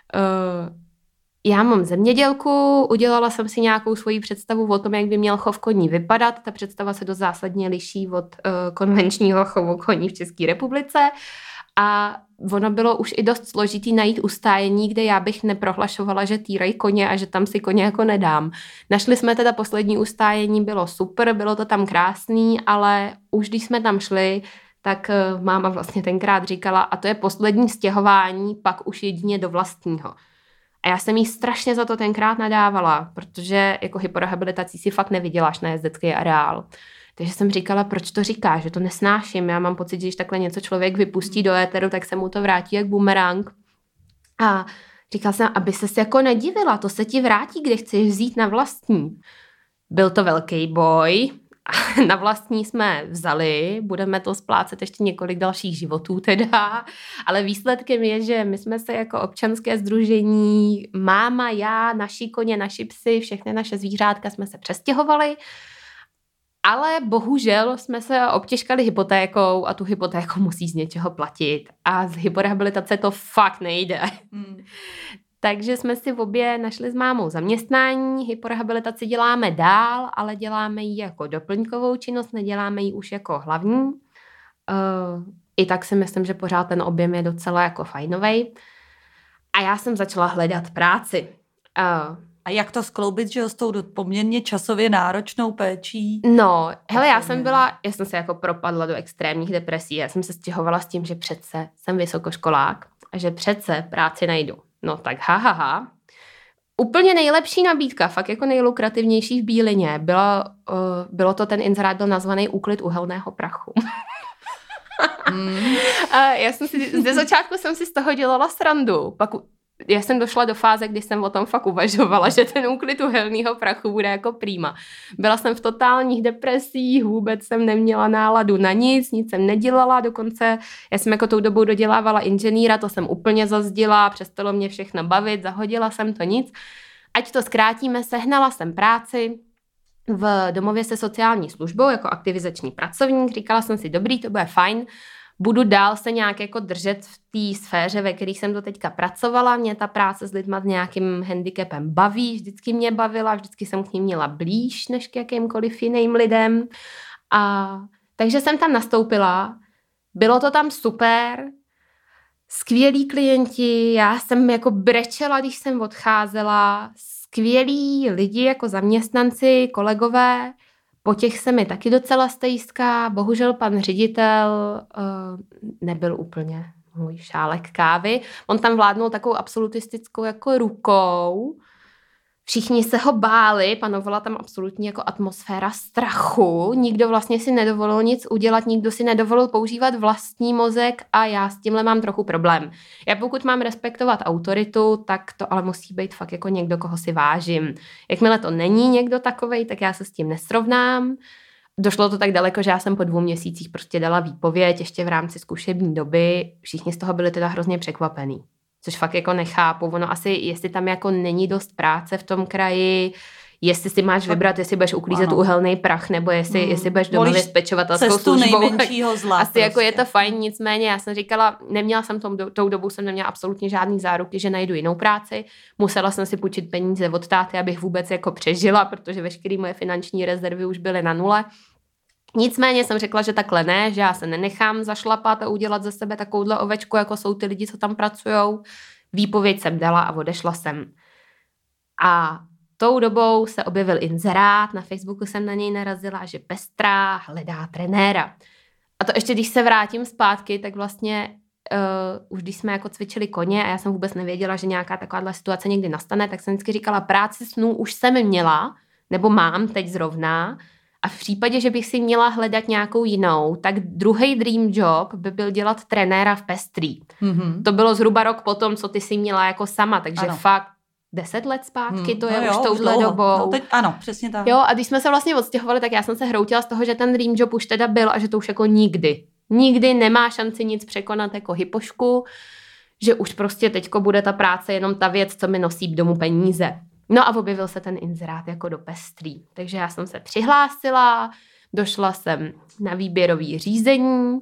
Já mám zemědělku, udělala jsem si nějakou svoji představu o tom, jak by měl chov koní vypadat. Ta představa se dost zásadně liší od konvenčního chovu koní v České republice. A ono bylo už i dost složitý najít ustájení, kde já bych neprohlašovala, že týrají koně a že tam si koně jako nedám. Našli jsme teda poslední ustájení, bylo super, bylo to tam krásný, ale už když jsme tam šli, tak máma vlastně tenkrát říkala, a to je poslední stěhování, pak už jedině do vlastního. A já jsem jí strašně za to tenkrát nadávala, protože jako hyporehabilitací si fakt nevyděláš na jezdecký areál. Takže jsem říkala, proč to říkáš, že to nesnáším. Já mám pocit, že když takhle něco člověk vypustí do éteru, tak se mu to vrátí jak bumerang. A říkala jsem, aby ses jako nedivila, to se ti vrátí, kde chceš vzít na vlastní. Byl to velký boj. A na vlastní jsme vzali, budeme to splácet ještě několik dalších životů teda, ale výsledkem je, že my jsme se jako občanské sdružení, máma, já, naši koně, naši psy, všechny naše zvířátka jsme se přestěhovali, ale bohužel jsme se obtěžkali hypotékou a tu hypotéku musí z něčeho platit a z hyporehabilitace to fakt nejde. Takže jsme si obě našli s mámou zaměstnání, hyporehabilitaci děláme dál, ale děláme ji jako doplňkovou činnost, neděláme ji už jako hlavní. I tak si myslím, že pořád ten objem je docela jako fajnovej. A já jsem začala hledat práci. A jak to skloubit, že s tou poměrně časově náročnou péčí? No, hele, já jsem se jako propadla do extrémních depresí. Já jsem se stěhovala s tím, že přece jsem vysokoškolák a že přece práci najdu. No tak Úplně nejlepší nabídka, fakt jako nejlukrativnější v Bílině, bylo to, ten inzerát byl nazvaný Úklid uhelného prachu. Ze začátku jsem si z toho dělala srandu, pak já jsem došla do fáze, kdy jsem o tom fakt uvažovala, že ten úklid uhelného prachu bude jako prima. Byla jsem v totálních depresích, vůbec jsem neměla náladu na nic jsem nedělala, dokonce já jsem jako tou dobou dodělávala inženýra, to jsem úplně zazdila, přestalo mě všechno bavit, zahodila jsem to nic. Ať to zkrátíme, sehnala jsem práci v domově se sociální službou jako aktivizační pracovník, říkala jsem si, dobrý, to bude fajn, budu dál se nějak jako držet v té sféře, ve které jsem do teďka pracovala. Mě ta práce s lidma s nějakým handicapem baví, vždycky mě bavila, vždycky jsem k ním měla blíž než k jakýmkoliv jiným lidem. Takže jsem tam nastoupila, bylo to tam super, skvělí klienti, já jsem jako brečela, když jsem odcházela, skvělí lidi jako zaměstnanci, kolegové, po těch se mi taky docela stejská, bohužel pan ředitel nebyl úplně můj šálek kávy. On tam vládnul takovou absolutistickou jako rukou. Všichni se ho báli, panovala tam absolutní jako atmosféra strachu. Nikdo vlastně si nedovolil nic udělat, nikdo si nedovolil používat vlastní mozek a já s tímhle mám trochu problém. Já pokud mám respektovat autoritu, tak to ale musí být fakt jako někdo, koho si vážím. Jakmile to není někdo takovej, tak já se s tím nesrovnám. Došlo to tak daleko, že já jsem po 2 měsících prostě dala výpověď ještě v rámci zkušební doby. Všichni z toho byli teda hrozně překvapený. Což fakt jako nechápu. Ono asi, jestli tam jako není dost práce v tom kraji, jestli si máš vybrat, jestli budeš uklízet uhelný prach, nebo jestli budeš domově s pečovatelskou službou. Nejmenšího zla. Asi prostě. Jako je to fajn, nicméně já jsem říkala, tou dobu jsem neměla absolutně žádný záruky, že najdu jinou práci. Musela jsem si půjčit peníze od táty, abych vůbec jako přežila, protože veškeré moje finanční rezervy už byly na nule. Nicméně jsem řekla, že takhle ne, že já se nenechám zašlapat a udělat ze sebe takovouhle ovečku, jako jsou ty lidi, co tam pracujou. Výpověď jsem dala a odešla jsem. A tou dobou se objevil inzerát, na Facebooku jsem na něj narazila, že Pestrá hledá trenéra. A to ještě, když se vrátím zpátky, tak vlastně už když jsme jako cvičili koně a já jsem vůbec nevěděla, že nějaká takováhle situace někdy nastane, tak jsem vždycky říkala, práci snů už jsem měla, nebo mám teď zrovna. A v případě, že bych si měla hledat nějakou jinou, tak druhý dream job by byl dělat trenéra v Pestrý. Mm-hmm. To bylo zhruba rok potom, co ty si měla jako sama, takže fakt 10 let zpátky, to je už touhle dobou. No teď, ano, přesně tak. Jo, a když jsme se vlastně odstěhovali, tak já jsem se hroutila z toho, že ten dream job už teda byl a že to už jako nikdy nemá šanci nic překonat jako hypošku, že už prostě teďko bude ta práce jenom ta věc, co mi nosí domů peníze. No a objevil se ten inzerát jako do Pestrý. Takže já jsem se přihlásila, došla jsem na výběrový řízení.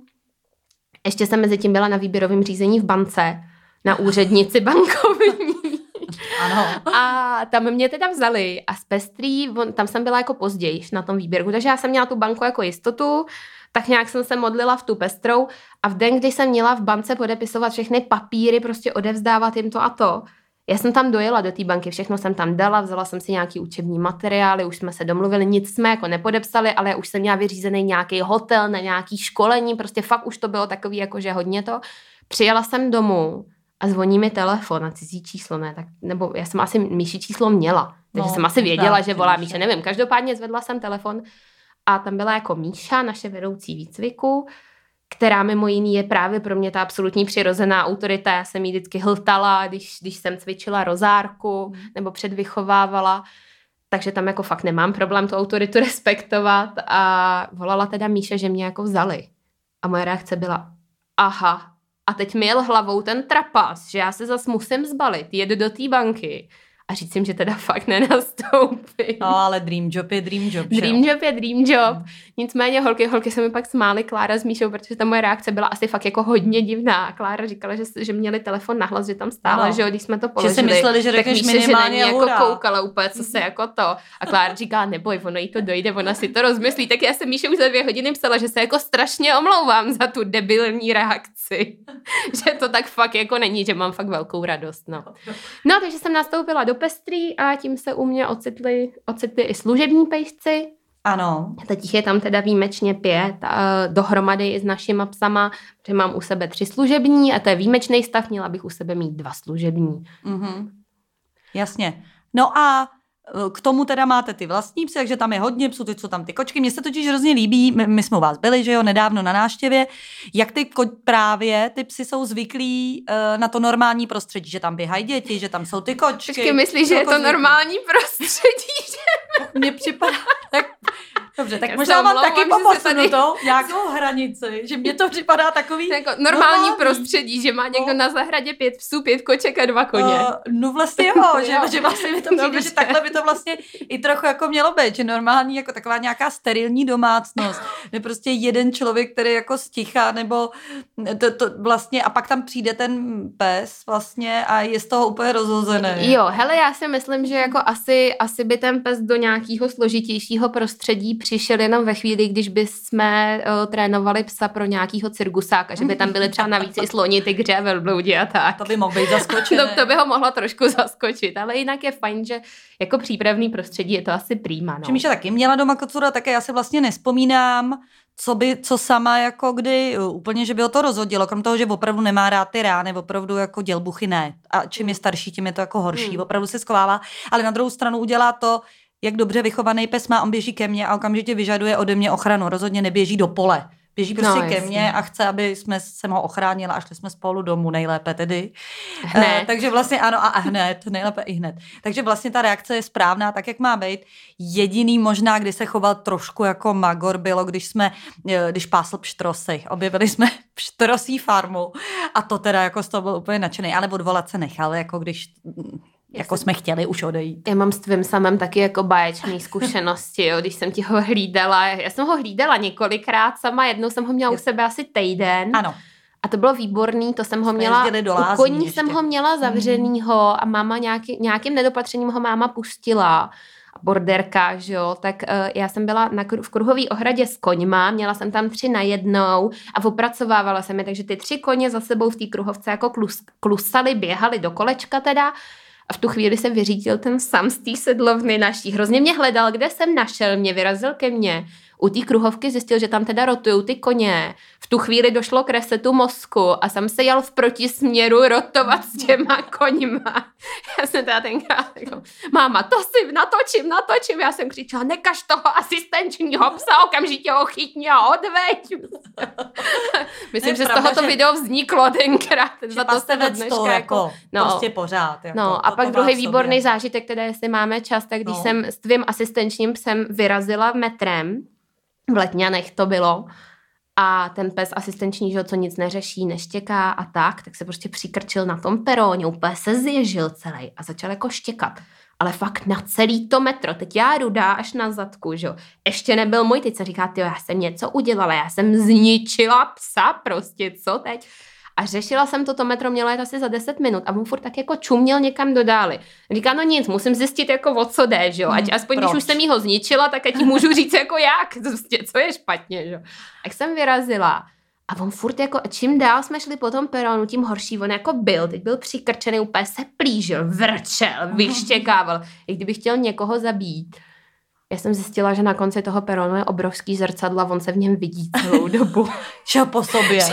Ještě jsem mezi tím byla na výběrovém řízení v bance, na úřednici bankovní. Ano. A tam mě teda vzali a z Pestrý, tam jsem byla jako později na tom výběrku, takže já jsem měla tu banku jako jistotu, tak nějak jsem se modlila v tu Pestrou a v den, kdy jsem měla v bance podepisovat všechny papíry, prostě odevzdávat jim to a to, já jsem tam dojela do té banky, všechno jsem tam dala, vzala jsem si nějaký učební materiály, už jsme se domluvili, nic jsme jako nepodepsali, ale už jsem měla vyřízený nějaký hotel na nějaký školení, prostě fakt už to bylo takový jakože hodně to. Přijela jsem domů a zvoní mi telefon na cizí číslo, ne, tak, nebo já jsem asi Míši číslo měla, takže jsem asi věděla, že volá Míša, nevím, každopádně zvedla jsem telefon a tam byla jako Míša, naše vedoucí výcviku, která mimo jiný je právě pro mě ta absolutní přirozená autorita. Já jsem jí vždycky hltala, když jsem cvičila rozárku nebo předvychovávala, takže tam jako fakt nemám problém tu autoritu respektovat a volala teda Míše, že mě jako vzali. A moje reakce byla, aha, a teď mi jel hlavou ten trapas, že já se zas musím zbalit, jet do té banky a říct jim, že teda fakt nenastoupím. No, ale dream job je dream job, že Dream job je dream job. Nicméně holky se mi pak smály, Klára s Míšou, protože ta moje reakce byla asi fakt jako hodně divná. A Klára říkala, že měli telefon nahlas, že tam stála, že jo, když jsme to položili. Že si mysleli, že řekneš minimálně že jako koukala úplně, co se jako to. A Klára říká, neboj, ono jí to dojde, ona si to rozmyslí. Tak já jsem Míše už za 2 hodiny psala, že se jako strašně omlouvám za tu debilní reakci. Že to tak fakt jako není, že mám fakt velkou radost, no. No, takže jsem nastoupila do Pestrý a tím se u mě ocitli i služební pejsci. Ano. Teď jich je tam teda výjimečně 5, dohromady i s našima psama, protože mám u sebe 3 služební a to je výjimečný stav, měla bych u sebe mít 2 služební. Mm-hmm. Jasně. No a k tomu teda máte ty vlastní psy, takže tam je hodně psů, teď jsou tam ty kočky. Mně se totiž hrozně líbí, my jsme u vás byli, že jo, nedávno na návštěvě, jak právě ty psy jsou zvyklí na to normální prostředí, že tam běhají děti, že tam jsou ty kočky. Počkej, myslíš, že je to normální prostředí? Mně připadá, tak dobře, tak možná mám taky posunutou nějakou hranici, že mně to připadá takový jako normální prostředí, že má někdo na zahradě 5 psů, 5 koček a 2 koně. No vlastně jo, že vlastně mi to přijde, že takhle by to vlastně i trochu jako mělo být, že normální jako taková nějaká sterilní domácnost, ne prostě jeden člověk, který jako stichá, nebo to vlastně a pak tam přijde ten pes vlastně a je z toho úplně rozhozený. Jo, hele, já si myslím, že jako asi by ten pes do nějakého složitějšího prostředí přišel jenom ve chvíli, když bychom trénovali psa pro nějakýho cirkusáka, že by tam byly třeba navíc i sloni, tygři a velbloudi a tak. To by mohl být zaskočený. To by ho mohlo trošku zaskočit, ale jinak je fajn, že jako přípravný prostředí je to asi prýma. No. Míša taky měla doma kocura, také já si vlastně nespomínám, co sama jako kdy úplně, že by ho to rozhodilo, krom toho, že opravdu nemá rád ty rány, opravdu jako dělbuchy ne. A čím je starší, tím je to jako horší, opravdu se schovává, ale na druhou stranu udělá to, jak dobře vychovaný pes má, on běží ke mně a okamžitě vyžaduje ode mě ochranu, rozhodně neběží do pole. Běží prostě ke mně a chce, aby jsem ho ochránila a šli jsme spolu domů, nejlépe tedy. Takže vlastně ano a hned, nejlépe i hned. Takže vlastně ta reakce je správná, tak jak má být. Jediný možná, kdy se choval trošku jako magor, bylo, když pásl pštrosy. Objevili jsme pštrosí farmu a to teda jako z toho byl úplně nadšený, ale odvolat se nechal, jako když... Jako jsme chtěli už odejít. Já mám s tvým samem taky jako báječný zkušenosti, jo, když jsem ti ho hlídala. Já jsem ho hlídala několikrát sama, jednou jsem ho měla u sebe asi týden. Ano. A to bylo výborný, to jsem ho měla, u koní jsem ho měla zavřenýho a máma nějakým nedopatřením ho máma pustila. Borderka, že jo, tak já jsem byla v kruhové ohradě s koňma, měla jsem tam 3 najednou a opracovávala jsem je, takže ty 3 koně za sebou v té kruhovce jako klusali, běhali do kolečka teda. A v tu chvíli se vyřídil ten sam z té sedlovny naší. Hrozně mě hledal, kde jsem našel, mě vyrazil ke mně. U té kruhovky zjistil, že tam teda rotujou ty koně. V tu chvíli došlo k resetu mozku a jsem se jel v protisměru rotovat s těma koňma. Já jsem teda tenkrát jako, máma, to si natočím. Já jsem křičela, nekaž toho asistenčního psa, okamžitě ho chytni a odveď. Myslím, že z tohoto video vzniklo tenkrát. Za to jste to jako prostě pořád. Jako, no a pak druhý výborný zážitek, teda jestli máme čas, tak když jsem s tvým asistenčním psem vyrazila metrem, v Letňanech to bylo, a ten pes asistenční, že co nic neřeší, neštěká a tak se prostě přikrčil na tom peróně, úplně se zježil celý a začal jako štěkat. Ale fakt na celý to metro, teď já rudá až na zadku, že jo. Ještě nebyl můj, teď se říká, tyjo, já jsem něco udělala, já jsem zničila psa prostě, co teď? A řešila jsem to metro, mělo jet asi za 10 minut a mu furt tak jako čuměl někam dodáli. Říká, no nic, musím zjistit jako o co jde, že jo. Ať aspoň když už jsem jí ho zničila, tak ať jí můžu říct jako jak, prostě, co je špatně, že jo. Tak jsem vyrazila a on furt jako, čím dál jsme šli po tom peronu, tím horší, on jako byl, teď byl přikrčený, úplně se plížil, vrčel, vyštěkával, i kdyby chtěl někoho zabít. Já jsem zjistila, že na konci toho peronu je obrovský zrcadlo a on se v něm vidí celou dobu. Šel po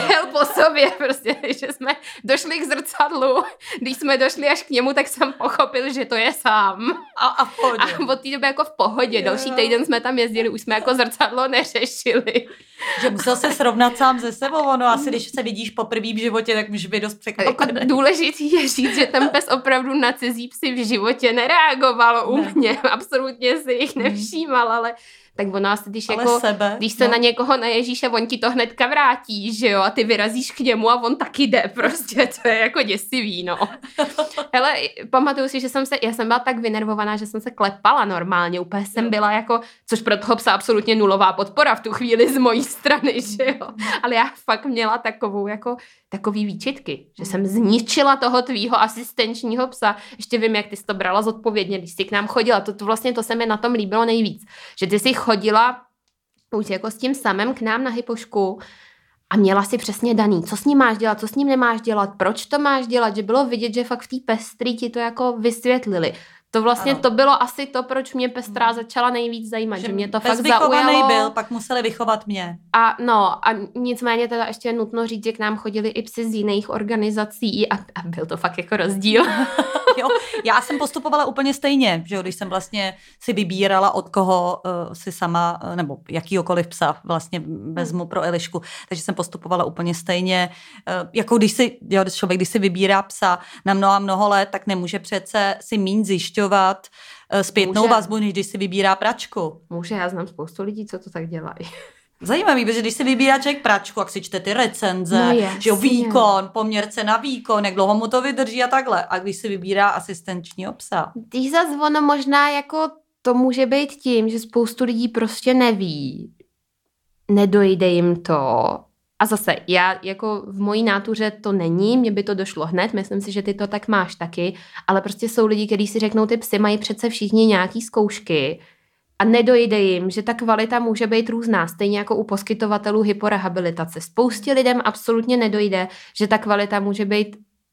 sobě prostě, že jsme došli k zrcadlu. Když jsme došli až k němu, tak jsem pochopil, že to je sám. A v pohodě. A od té doby jako v pohodě. Další týden jsme tam jezdili, už jsme jako zrcadlo neřešili. Že musel se srovnat sám ze sebou, ono asi když se vidíš poprvé v životě, tak může být dost překvapený. Důležitý je říct, že ten pes opravdu na cizí psy v životě nereagoval u mě. Absolutně si jich nevšímal, ale tak ono asi, když Ale se na někoho naježíš a on ti to hnedka vrátí, že jo, a ty vyrazíš k němu a on taky jde prostě, to je jako děsivý, no. Hele, pamatuju si, že já jsem byla tak vynervovaná, že jsem se klepala normálně, úplně jsem byla jako, což pro toho psa absolutně nulová podpora v tu chvíli z mojí strany, že jo, ale já fakt měla takový výčitky, že jsem zničila toho tvýho asistenčního psa. Ještě vím, jak ty jsi to brala zodpovědně, když jsi k nám chodila. To se mi na tom líbilo nejvíc. Že ty jsi chodila už jako s tím samým k nám na hypošku a měla si přesně daný, co s ním máš dělat, co s ním nemáš dělat, proč to máš dělat, že bylo vidět, že fakt v té Pestrý ti to jako vysvětlili. To vlastně to bylo asi to, proč mě Pestrá začala nejvíc zajímat, že mě to fakt zaujalo. Byl, pak museli vychovat mě. A nicméně teda ještě nutno říct, že k nám chodili i psi z jiných organizací a byl to fakt jako rozdíl. Jo, já jsem postupovala úplně stejně, že když jsem vlastně si vybírala, od koho si sama, nebo jakýhokoliv psa vlastně vezmu pro Elišku, takže jsem postupovala úplně stejně, jako když si vybírá psa na mnoho let, tak nemůže přece si míň zjišťovat zpětnou vazbu, než když si vybírá pračku. Může, já znám spoustu lidí, co to tak dělají. Zajímavý, protože když si vybírá člověk pračku, jak si čte ty recenze, že jo, výkon, poměr cena výkon, jak dlouho mu to vydrží a takhle. A když si vybírá asistenčního psa. Když zase ono možná jako to může být tím, že spoustu lidí prostě neví, nedojde jim to. A zase, já jako v mojí nátuře to není, mně by to došlo hned, myslím si, že ty to tak máš taky, ale prostě jsou lidi, kteří si řeknou, ty psy mají přece všichni nějaký zkoušky, a nedojde jim, že ta kvalita může být různá, stejně jako u poskytovatelů hyporehabilitace. Spoustě lidem absolutně nedojde, že ta kvalita může být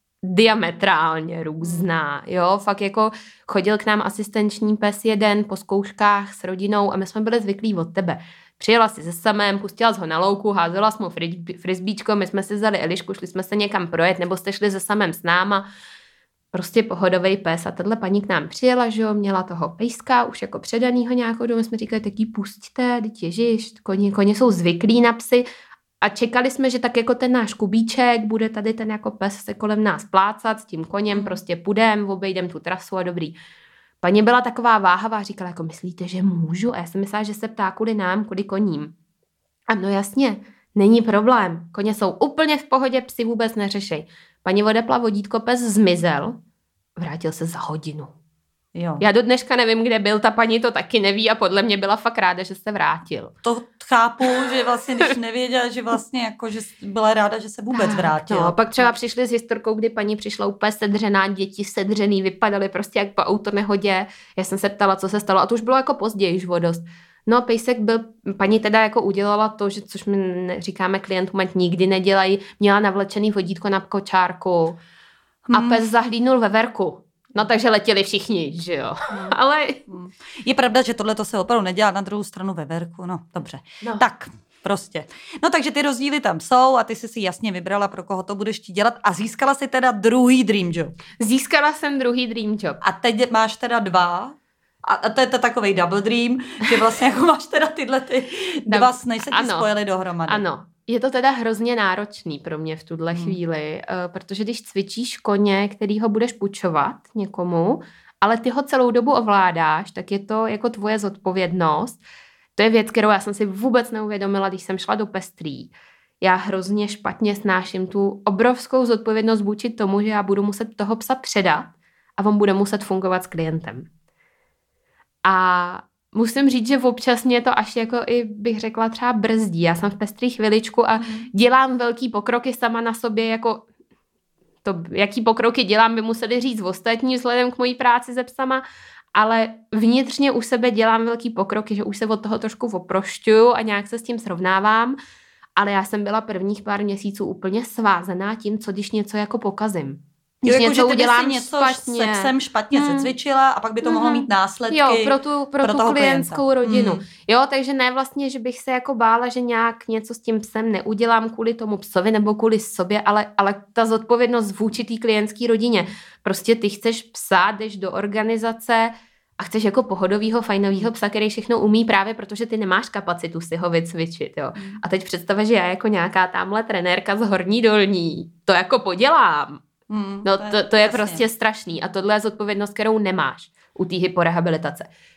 diametrálně různá. Jo, fakt jako chodil k nám asistenční pes jeden po zkouškách s rodinou a my jsme byli zvyklí od tebe. Přijela si se samém, pustila jsi ho na louku, házela jsi mu frisbíčko, my jsme si vzali Elišku, šli jsme se někam projet, nebo jste šli se samém s náma. Prostě pohodovej pes a tahle paní k nám přijela, že jo, měla toho pejska už jako předanýho nějakou dobu, jsme říkali, tak jí pusťte, teď ježiš, koně jsou zvyklí na psy a čekali jsme, že tak jako ten náš Kubíček bude tady ten jako pes se kolem nás plácat s tím koněm, prostě půjdem, obejdem tu trasu a dobrý. Paní byla taková váhavá, říkala, jako myslíte, že můžu? A já jsem myslela, že se ptá kvůli nám, kvůli koním. A no jasně, není problém, koně jsou úplně v pohodě, psi vůbec neřešej. Paní odepla vodítko, pes zmizel, vrátil se za hodinu. Jo. Já do dneška nevím, kde byl, ta paní to taky neví a podle mě byla fakt ráda, že se vrátil. To chápu, že vlastně, když nevěděla, že vlastně jako, že byla ráda, že se vůbec vrátil. No, pak třeba přišli s historkou, kdy paní přišla úplně sedřená, děti sedřený, vypadaly prostě jak po autonehodě. Já jsem se ptala, co se stalo a to už bylo jako později, už vodost. No, pejsek byl, paní teda jako udělala to, že, což my říkáme klientům, ať nikdy nedělají, měla navlečený vodítko na kočárku a pes zahlídnul veverku. No, takže letěli všichni, že jo. Ale je pravda, že tohle to se opravdu nedělá, na druhou stranu veverku, no, dobře. No. Tak, prostě. No, takže ty rozdíly tam jsou a ty jsi si jasně vybrala, pro koho to budeš dělat a získala si teda druhý dream job. Získala jsem druhý dream job. A teď máš teda dva. A to je to takovej double dream, že vlastně jako máš teda tyhle ty dva sny se ti spojily dohromady. Ano. Je to teda hrozně náročný pro mě v tuhle chvíli, protože když cvičíš koně, který ho budeš půjčovat někomu, ale ty ho celou dobu ovládáš, tak je to jako tvoje zodpovědnost. To je věc, kterou já jsem si vůbec neuvědomila, když jsem šla do Pestrý. Já hrozně špatně snáším tu obrovskou zodpovědnost vůči tomu, že já budu muset toho psa předat a on bude muset fungovat s klientem. A musím říct, že občas mě to až jako i bych řekla třeba brzdí. Já jsem v Pestrý chviličku a dělám velký pokroky sama na sobě, jako to, jaký pokroky dělám, by museli říct ostatní vzhledem k mojí práci se psama, ale vnitřně u sebe dělám velký pokroky, že už se od toho trošku oprošťuju a nějak se s tím srovnávám, ale já jsem byla prvních pár měsíců úplně svázaná tím, co když něco jako pokazím. Když jako, něco udělám něco špatně. Se psem špatně se cvičila a pak by to mohlo mít následky pro tu klientskou rodinu. Jo, takže ne vlastně, že bych se jako bála, že nějak něco s tím psem neudělám kvůli tomu psovi nebo kvůli sobě, ale ta zodpovědnost vůči té klientské rodině. Prostě ty chceš psa, jdeš do organizace a chceš jako pohodovýho, fajnovýho psa, který všechno umí právě, protože ty nemáš kapacitu si ho vycvičit. Jo. A teď představa, že já jako nějaká tamhle trenérka z Horní Dolní to jako podělám. No to je prostě strašný a tohle je zodpovědnost, kterou nemáš u té hyporehabilitace.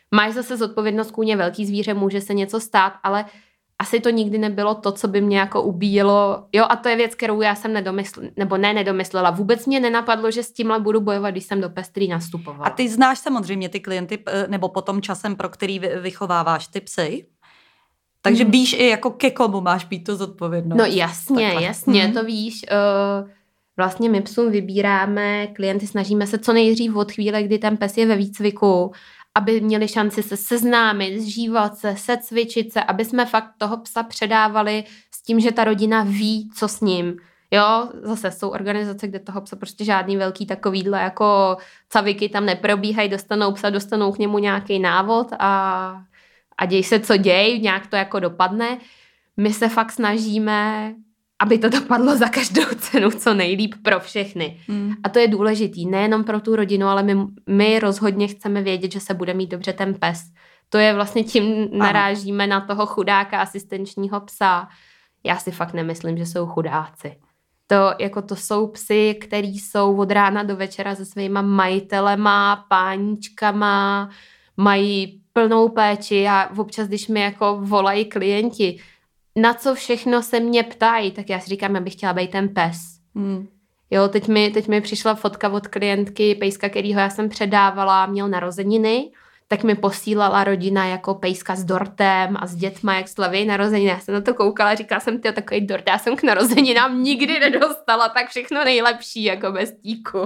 Máš zase zodpovědnost kůně, velký zvíře, může se něco stát, ale asi to nikdy nebylo to, co by mě jako ubíjelo. Jo, a to je věc, kterou já jsem nedomyslela. Vůbec mě nenapadlo, že s tímhle budu bojovat, když jsem do Pestrý nastupovala. A ty znáš samozřejmě ty klienty, nebo potom časem, pro který vychováváš ty psy? Takže víš i jako ke komu máš být tu zodpovědnost. No jasně, to víš. Vlastně my psům vybíráme klienty, snažíme se co nejdřív od chvíle, kdy ten pes je ve výcviku, aby měli šanci se seznámit, zžívat se, secvičit se, aby jsme fakt toho psa předávali s tím, že ta rodina ví, co s ním. Jo, zase jsou organizace, kde toho psa prostě žádný velký takovýhle jako caviky tam neprobíhají, dostanou k němu nějaký návod a děj se, co děj, nějak to jako dopadne. My se fakt snažíme, aby to dopadlo za každou cenu co nejlíp pro všechny. A to je důležitý, nejenom pro tu rodinu, ale my rozhodně chceme vědět, že se bude mít dobře ten pes. To je vlastně tím narážíme na toho chudáka asistenčního psa. Já si fakt nemyslím, že jsou chudáci. To jsou psy, který jsou od rána do večera se svýma majitelema, páničkama, mají plnou péči a občas, když mi jako volají klienti, na co všechno se mě ptají, tak já si říkám, já bych chtěla být ten pes. Jo, teď mi přišla fotka od klientky pejska, kterýho já jsem předávala, měl narozeniny, tak mi posílala rodina jako pejska s dortem a s dětma, jak slaví narozeniny. Já jsem na to koukala a říkala jsem, ty takový dort, já jsem k narozeninám nikdy nedostala, tak všechno nejlepší, jako bez tíku.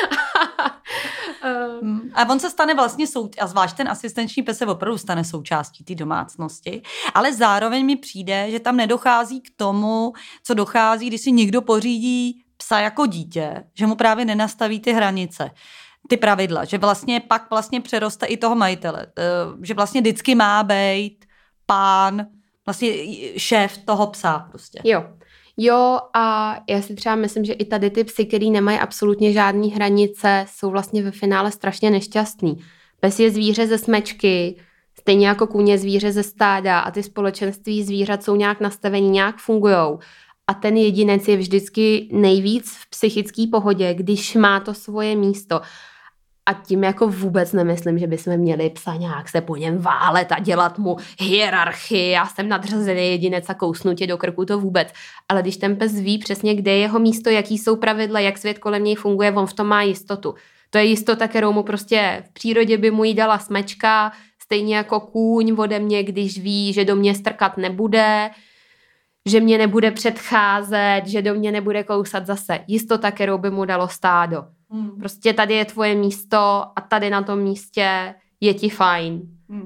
A on se stane vlastně, a zvlášť ten asistenční pes se opravdu stane součástí té domácnosti, ale zároveň mi přijde, že tam nedochází k tomu, co dochází, když si někdo pořídí psa jako dítě, že mu právě nenastaví ty hranice, ty pravidla, že pak přeroste i toho majitele, že vlastně vždycky má být pán, vlastně šéf toho psa prostě. Jo, a já si třeba myslím, že i tady ty psy, který nemají absolutně žádný hranice, jsou vlastně ve finále strašně nešťastný. Pes je zvíře ze smečky, stejně jako kůň je zvíře ze stáda a ty společenství zvířat jsou nějak nastavení, nějak fungujou. A ten jedinec je vždycky nejvíc v psychické pohodě, když má to svoje místo. A tím jako vůbec nemyslím, že bychom měli psa nějak se po něm válet a dělat mu hierarchii. Já jsem nadřazený jedinec a kousnu tě do krku, to vůbec. Ale když ten pes ví přesně, kde je jeho místo, jaký jsou pravidla, jak svět kolem něj funguje, on v tom má jistotu. To je jistota, kterou mu prostě v přírodě by mu jí dala smečka, stejně jako kůň ode mě, když ví, že do mě strkat nebude, že mě nebude předcházet, že do mě nebude kousat zase. Jistota, kterou by mu dalo stádo. Prostě tady je tvoje místo a tady na tom místě je ti fajn.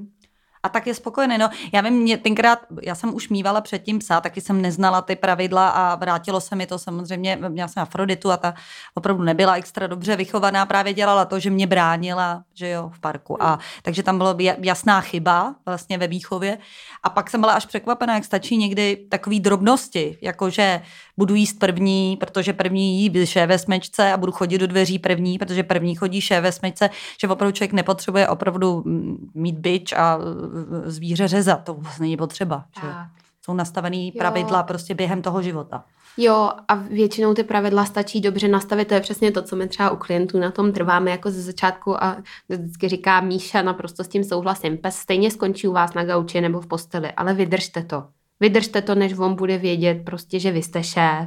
A tak je spokojený. No, já vím, tenkrát, já jsem už mývala předtím psa, taky jsem neznala ty pravidla a vrátilo se mi to samozřejmě, měla jsem Afroditu a ta opravdu nebyla extra dobře vychovaná, právě dělala to, že mě bránila, že jo, v parku. A takže tam byla jasná chyba vlastně ve výchově. A pak jsem byla až překvapená, jak stačí někdy takový drobnosti, jakože budu jíst první, protože první jí šéf ve smečce a budu chodit do dveří první, protože první chodí šéf ve smečce, že opravdu člověk nepotřebuje opravdu mít bič a zvíře řezat, to vlastně není potřeba. Že? Jsou nastavený pravidla prostě během toho života. Jo, a většinou ty pravidla stačí dobře nastavit, to je přesně to, co my třeba u klientů na tom trváme jako ze začátku a vždycky říká Míša, naprosto s tím souhlasím, pes stejně skončí u vás na gauči nebo v posteli, ale vydržte to. Vydržte to, než on bude vědět prostě, že vy jste šéf.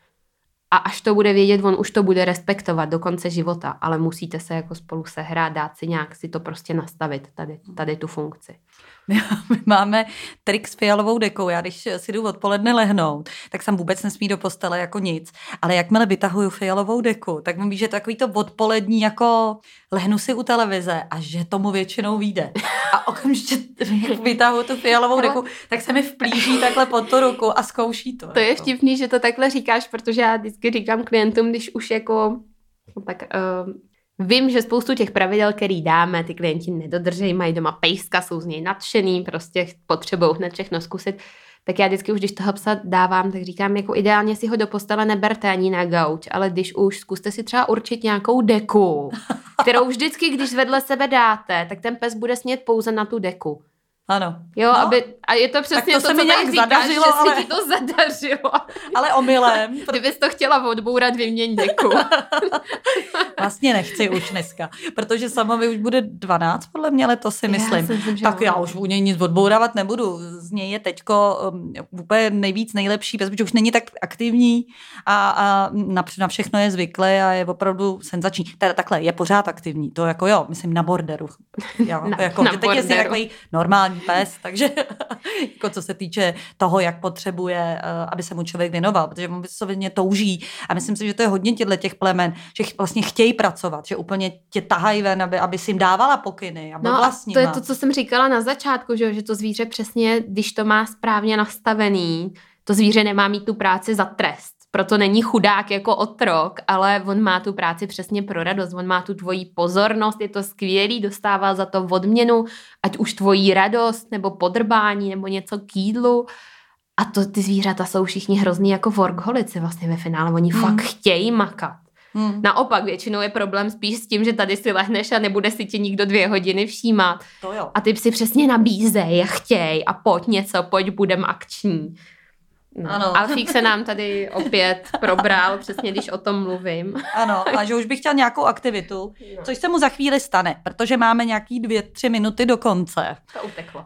A až to bude vědět, on už to bude respektovat do konce života, ale musíte se jako spolu sehrát, dát si nějak si to prostě nastavit, tady tu funkci. My máme trik s fialovou dekou. Já když si jdu odpoledne lehnout, tak jsem vůbec nesmí do postele jako nic. Ale jakmile vytahuju fialovou deku, tak mi víš, že takový to odpolední jako lehnu si u televize a že tomu většinou vyjde. A okamžitě vytahuju tu fialovou deku, tak se mi vplíží takhle pod tu ruku a zkouší to. To je vtipný, že to takhle říkáš, protože já vždycky říkám klientům, když už jako tak... Vím, že spoustu těch pravidel, který dáme, ty klienti nedodržejí, mají doma pejska, jsou z něj nadšený, prostě potřebují hned všechno zkusit. Tak já vždycky už, když toho psa dávám, tak říkám, jako ideálně si ho do postele neberte ani na gauč, ale když už, zkuste si třeba určit nějakou deku, kterou vždycky, když vedle sebe dáte, tak ten pes bude snět pouze na tu deku. Ano. Jo, no. A je to přesně to to, se mi co nějak tady říkáš, zadařilo, že ale... si ti to zadařilo. Ale omylem. Kdybys to chtěla odbourat, vyměň deku. Vlastně nechci už dneska, protože Samovi už bude 12, podle mě letos si myslím. Tak já už u něj nic odbourávat nebudu. Z něj je teďko úplně nejlepší, protože už není tak aktivní a na všechno je zvyklý a je opravdu senzační. Teda takhle, je pořád aktivní, to jako jo, myslím na borderu. Jo, jako, na teď je si takový normální pes, takže jako co se týče toho, jak potřebuje, aby se mu člověk věnoval, protože on vysloveně touží a myslím si, že to je hodně těch plemen, že vlastně chtějí pracovat, že úplně tě tahají ven, aby si jim dávala pokyny a byla s nima. To je to, co jsem říkala na začátku, že to zvíře přesně, když to má správně nastavený, to zvíře nemá mít tu práci za trest. Proto není chudák jako otrok, ale on má tu práci přesně pro radost, on má tu tvoji pozornost, je to skvělý, dostává za to odměnu, ať už tvoji radost, nebo podrbání, nebo něco k jídlu. A to ty zvířata jsou všichni hrozný jako workaholici vlastně ve finále, oni fakt chtějí makat. Naopak většinou je problém spíš s tím, že tady si lehneš a nebude si tě nikdo 2 hodiny všímat. To jo. A ty si přesně nabízej a chtěj a pojď, budem akční. No. Alfík se nám tady opět probral, přesně když o tom mluvím. Ano, a že už bych chtěl nějakou aktivitu, což se mu za chvíli stane, protože máme nějaký 2-3 minuty do konce. To uteklo.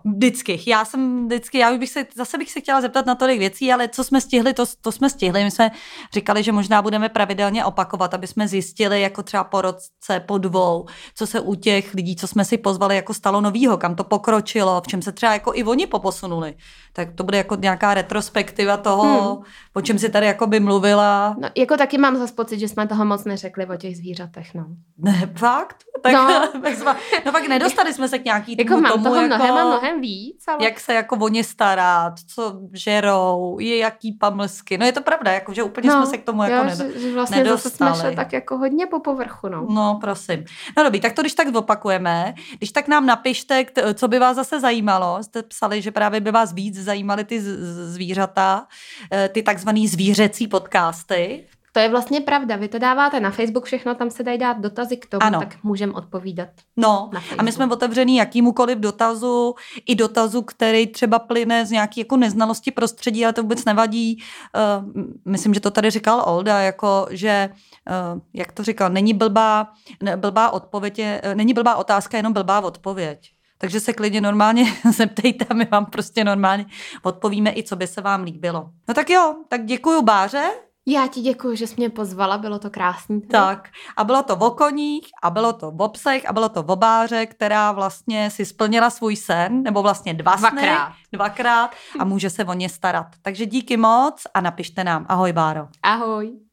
Já už bych se chtěla zeptat na tolik věcí, ale co jsme stihli, to jsme stihli. My jsme říkali, že možná budeme pravidelně opakovat, aby jsme zjistili, jako třeba po roce, po 2, co se u těch lidí, co jsme si pozvali, jako stalo novýho, kam to pokročilo, v čem se třeba jako i oni poposunuli. Tak to bude jako nějaká retrospektiva toho, o čem si tady jako by mluvila. No, jako taky mám zase pocit, že jsme toho moc neřekli o těch zvířatech, no. Ne, fakt? Tak, no pak nedostali jsme se k nějaký jako mám toho mnohem víc, ale... Jak se jako o ně starat, co žerou, jaký pamlsky. No je to pravda, jako, že úplně jsme se k tomu jako že vlastně nedostali. Zase jsme šli tak jako hodně po povrchu, no. No, prosím. No dobrý, tak to když tak opakujeme. Když tak nám napište, co by vás zase zajímalo. Jste psali, že právě by vás víc zajímaly ty zvířata, ty takzvaný zvířecí podcasty. To je vlastně pravda. Vy to dáváte na Facebook všechno, tam se dají dát dotazy k tomu, tak můžeme odpovídat. No, a my jsme otevřený jakýmukoliv dotazu, i dotazu, který třeba plyne z nějaké jako neznalosti prostředí, ale to vůbec nevadí. Myslím, že to tady říkal Olda, jako, že, jak to říkal, není blbá odpověď, není blbá otázka, jenom blbá odpověď. Takže se klidně normálně zeptejte a my vám prostě normálně odpovíme i, co by se vám líbilo. No tak jo, tak děkuju Báře. Já ti děkuju, že jsi mě pozvala, bylo to krásný. Tak a bylo to o koních a bylo to o psech a bylo to o Báře, která vlastně si splnila svůj sen, nebo vlastně dvakrát a může se o ně starat. Takže díky moc a napište nám. Ahoj Báro. Ahoj.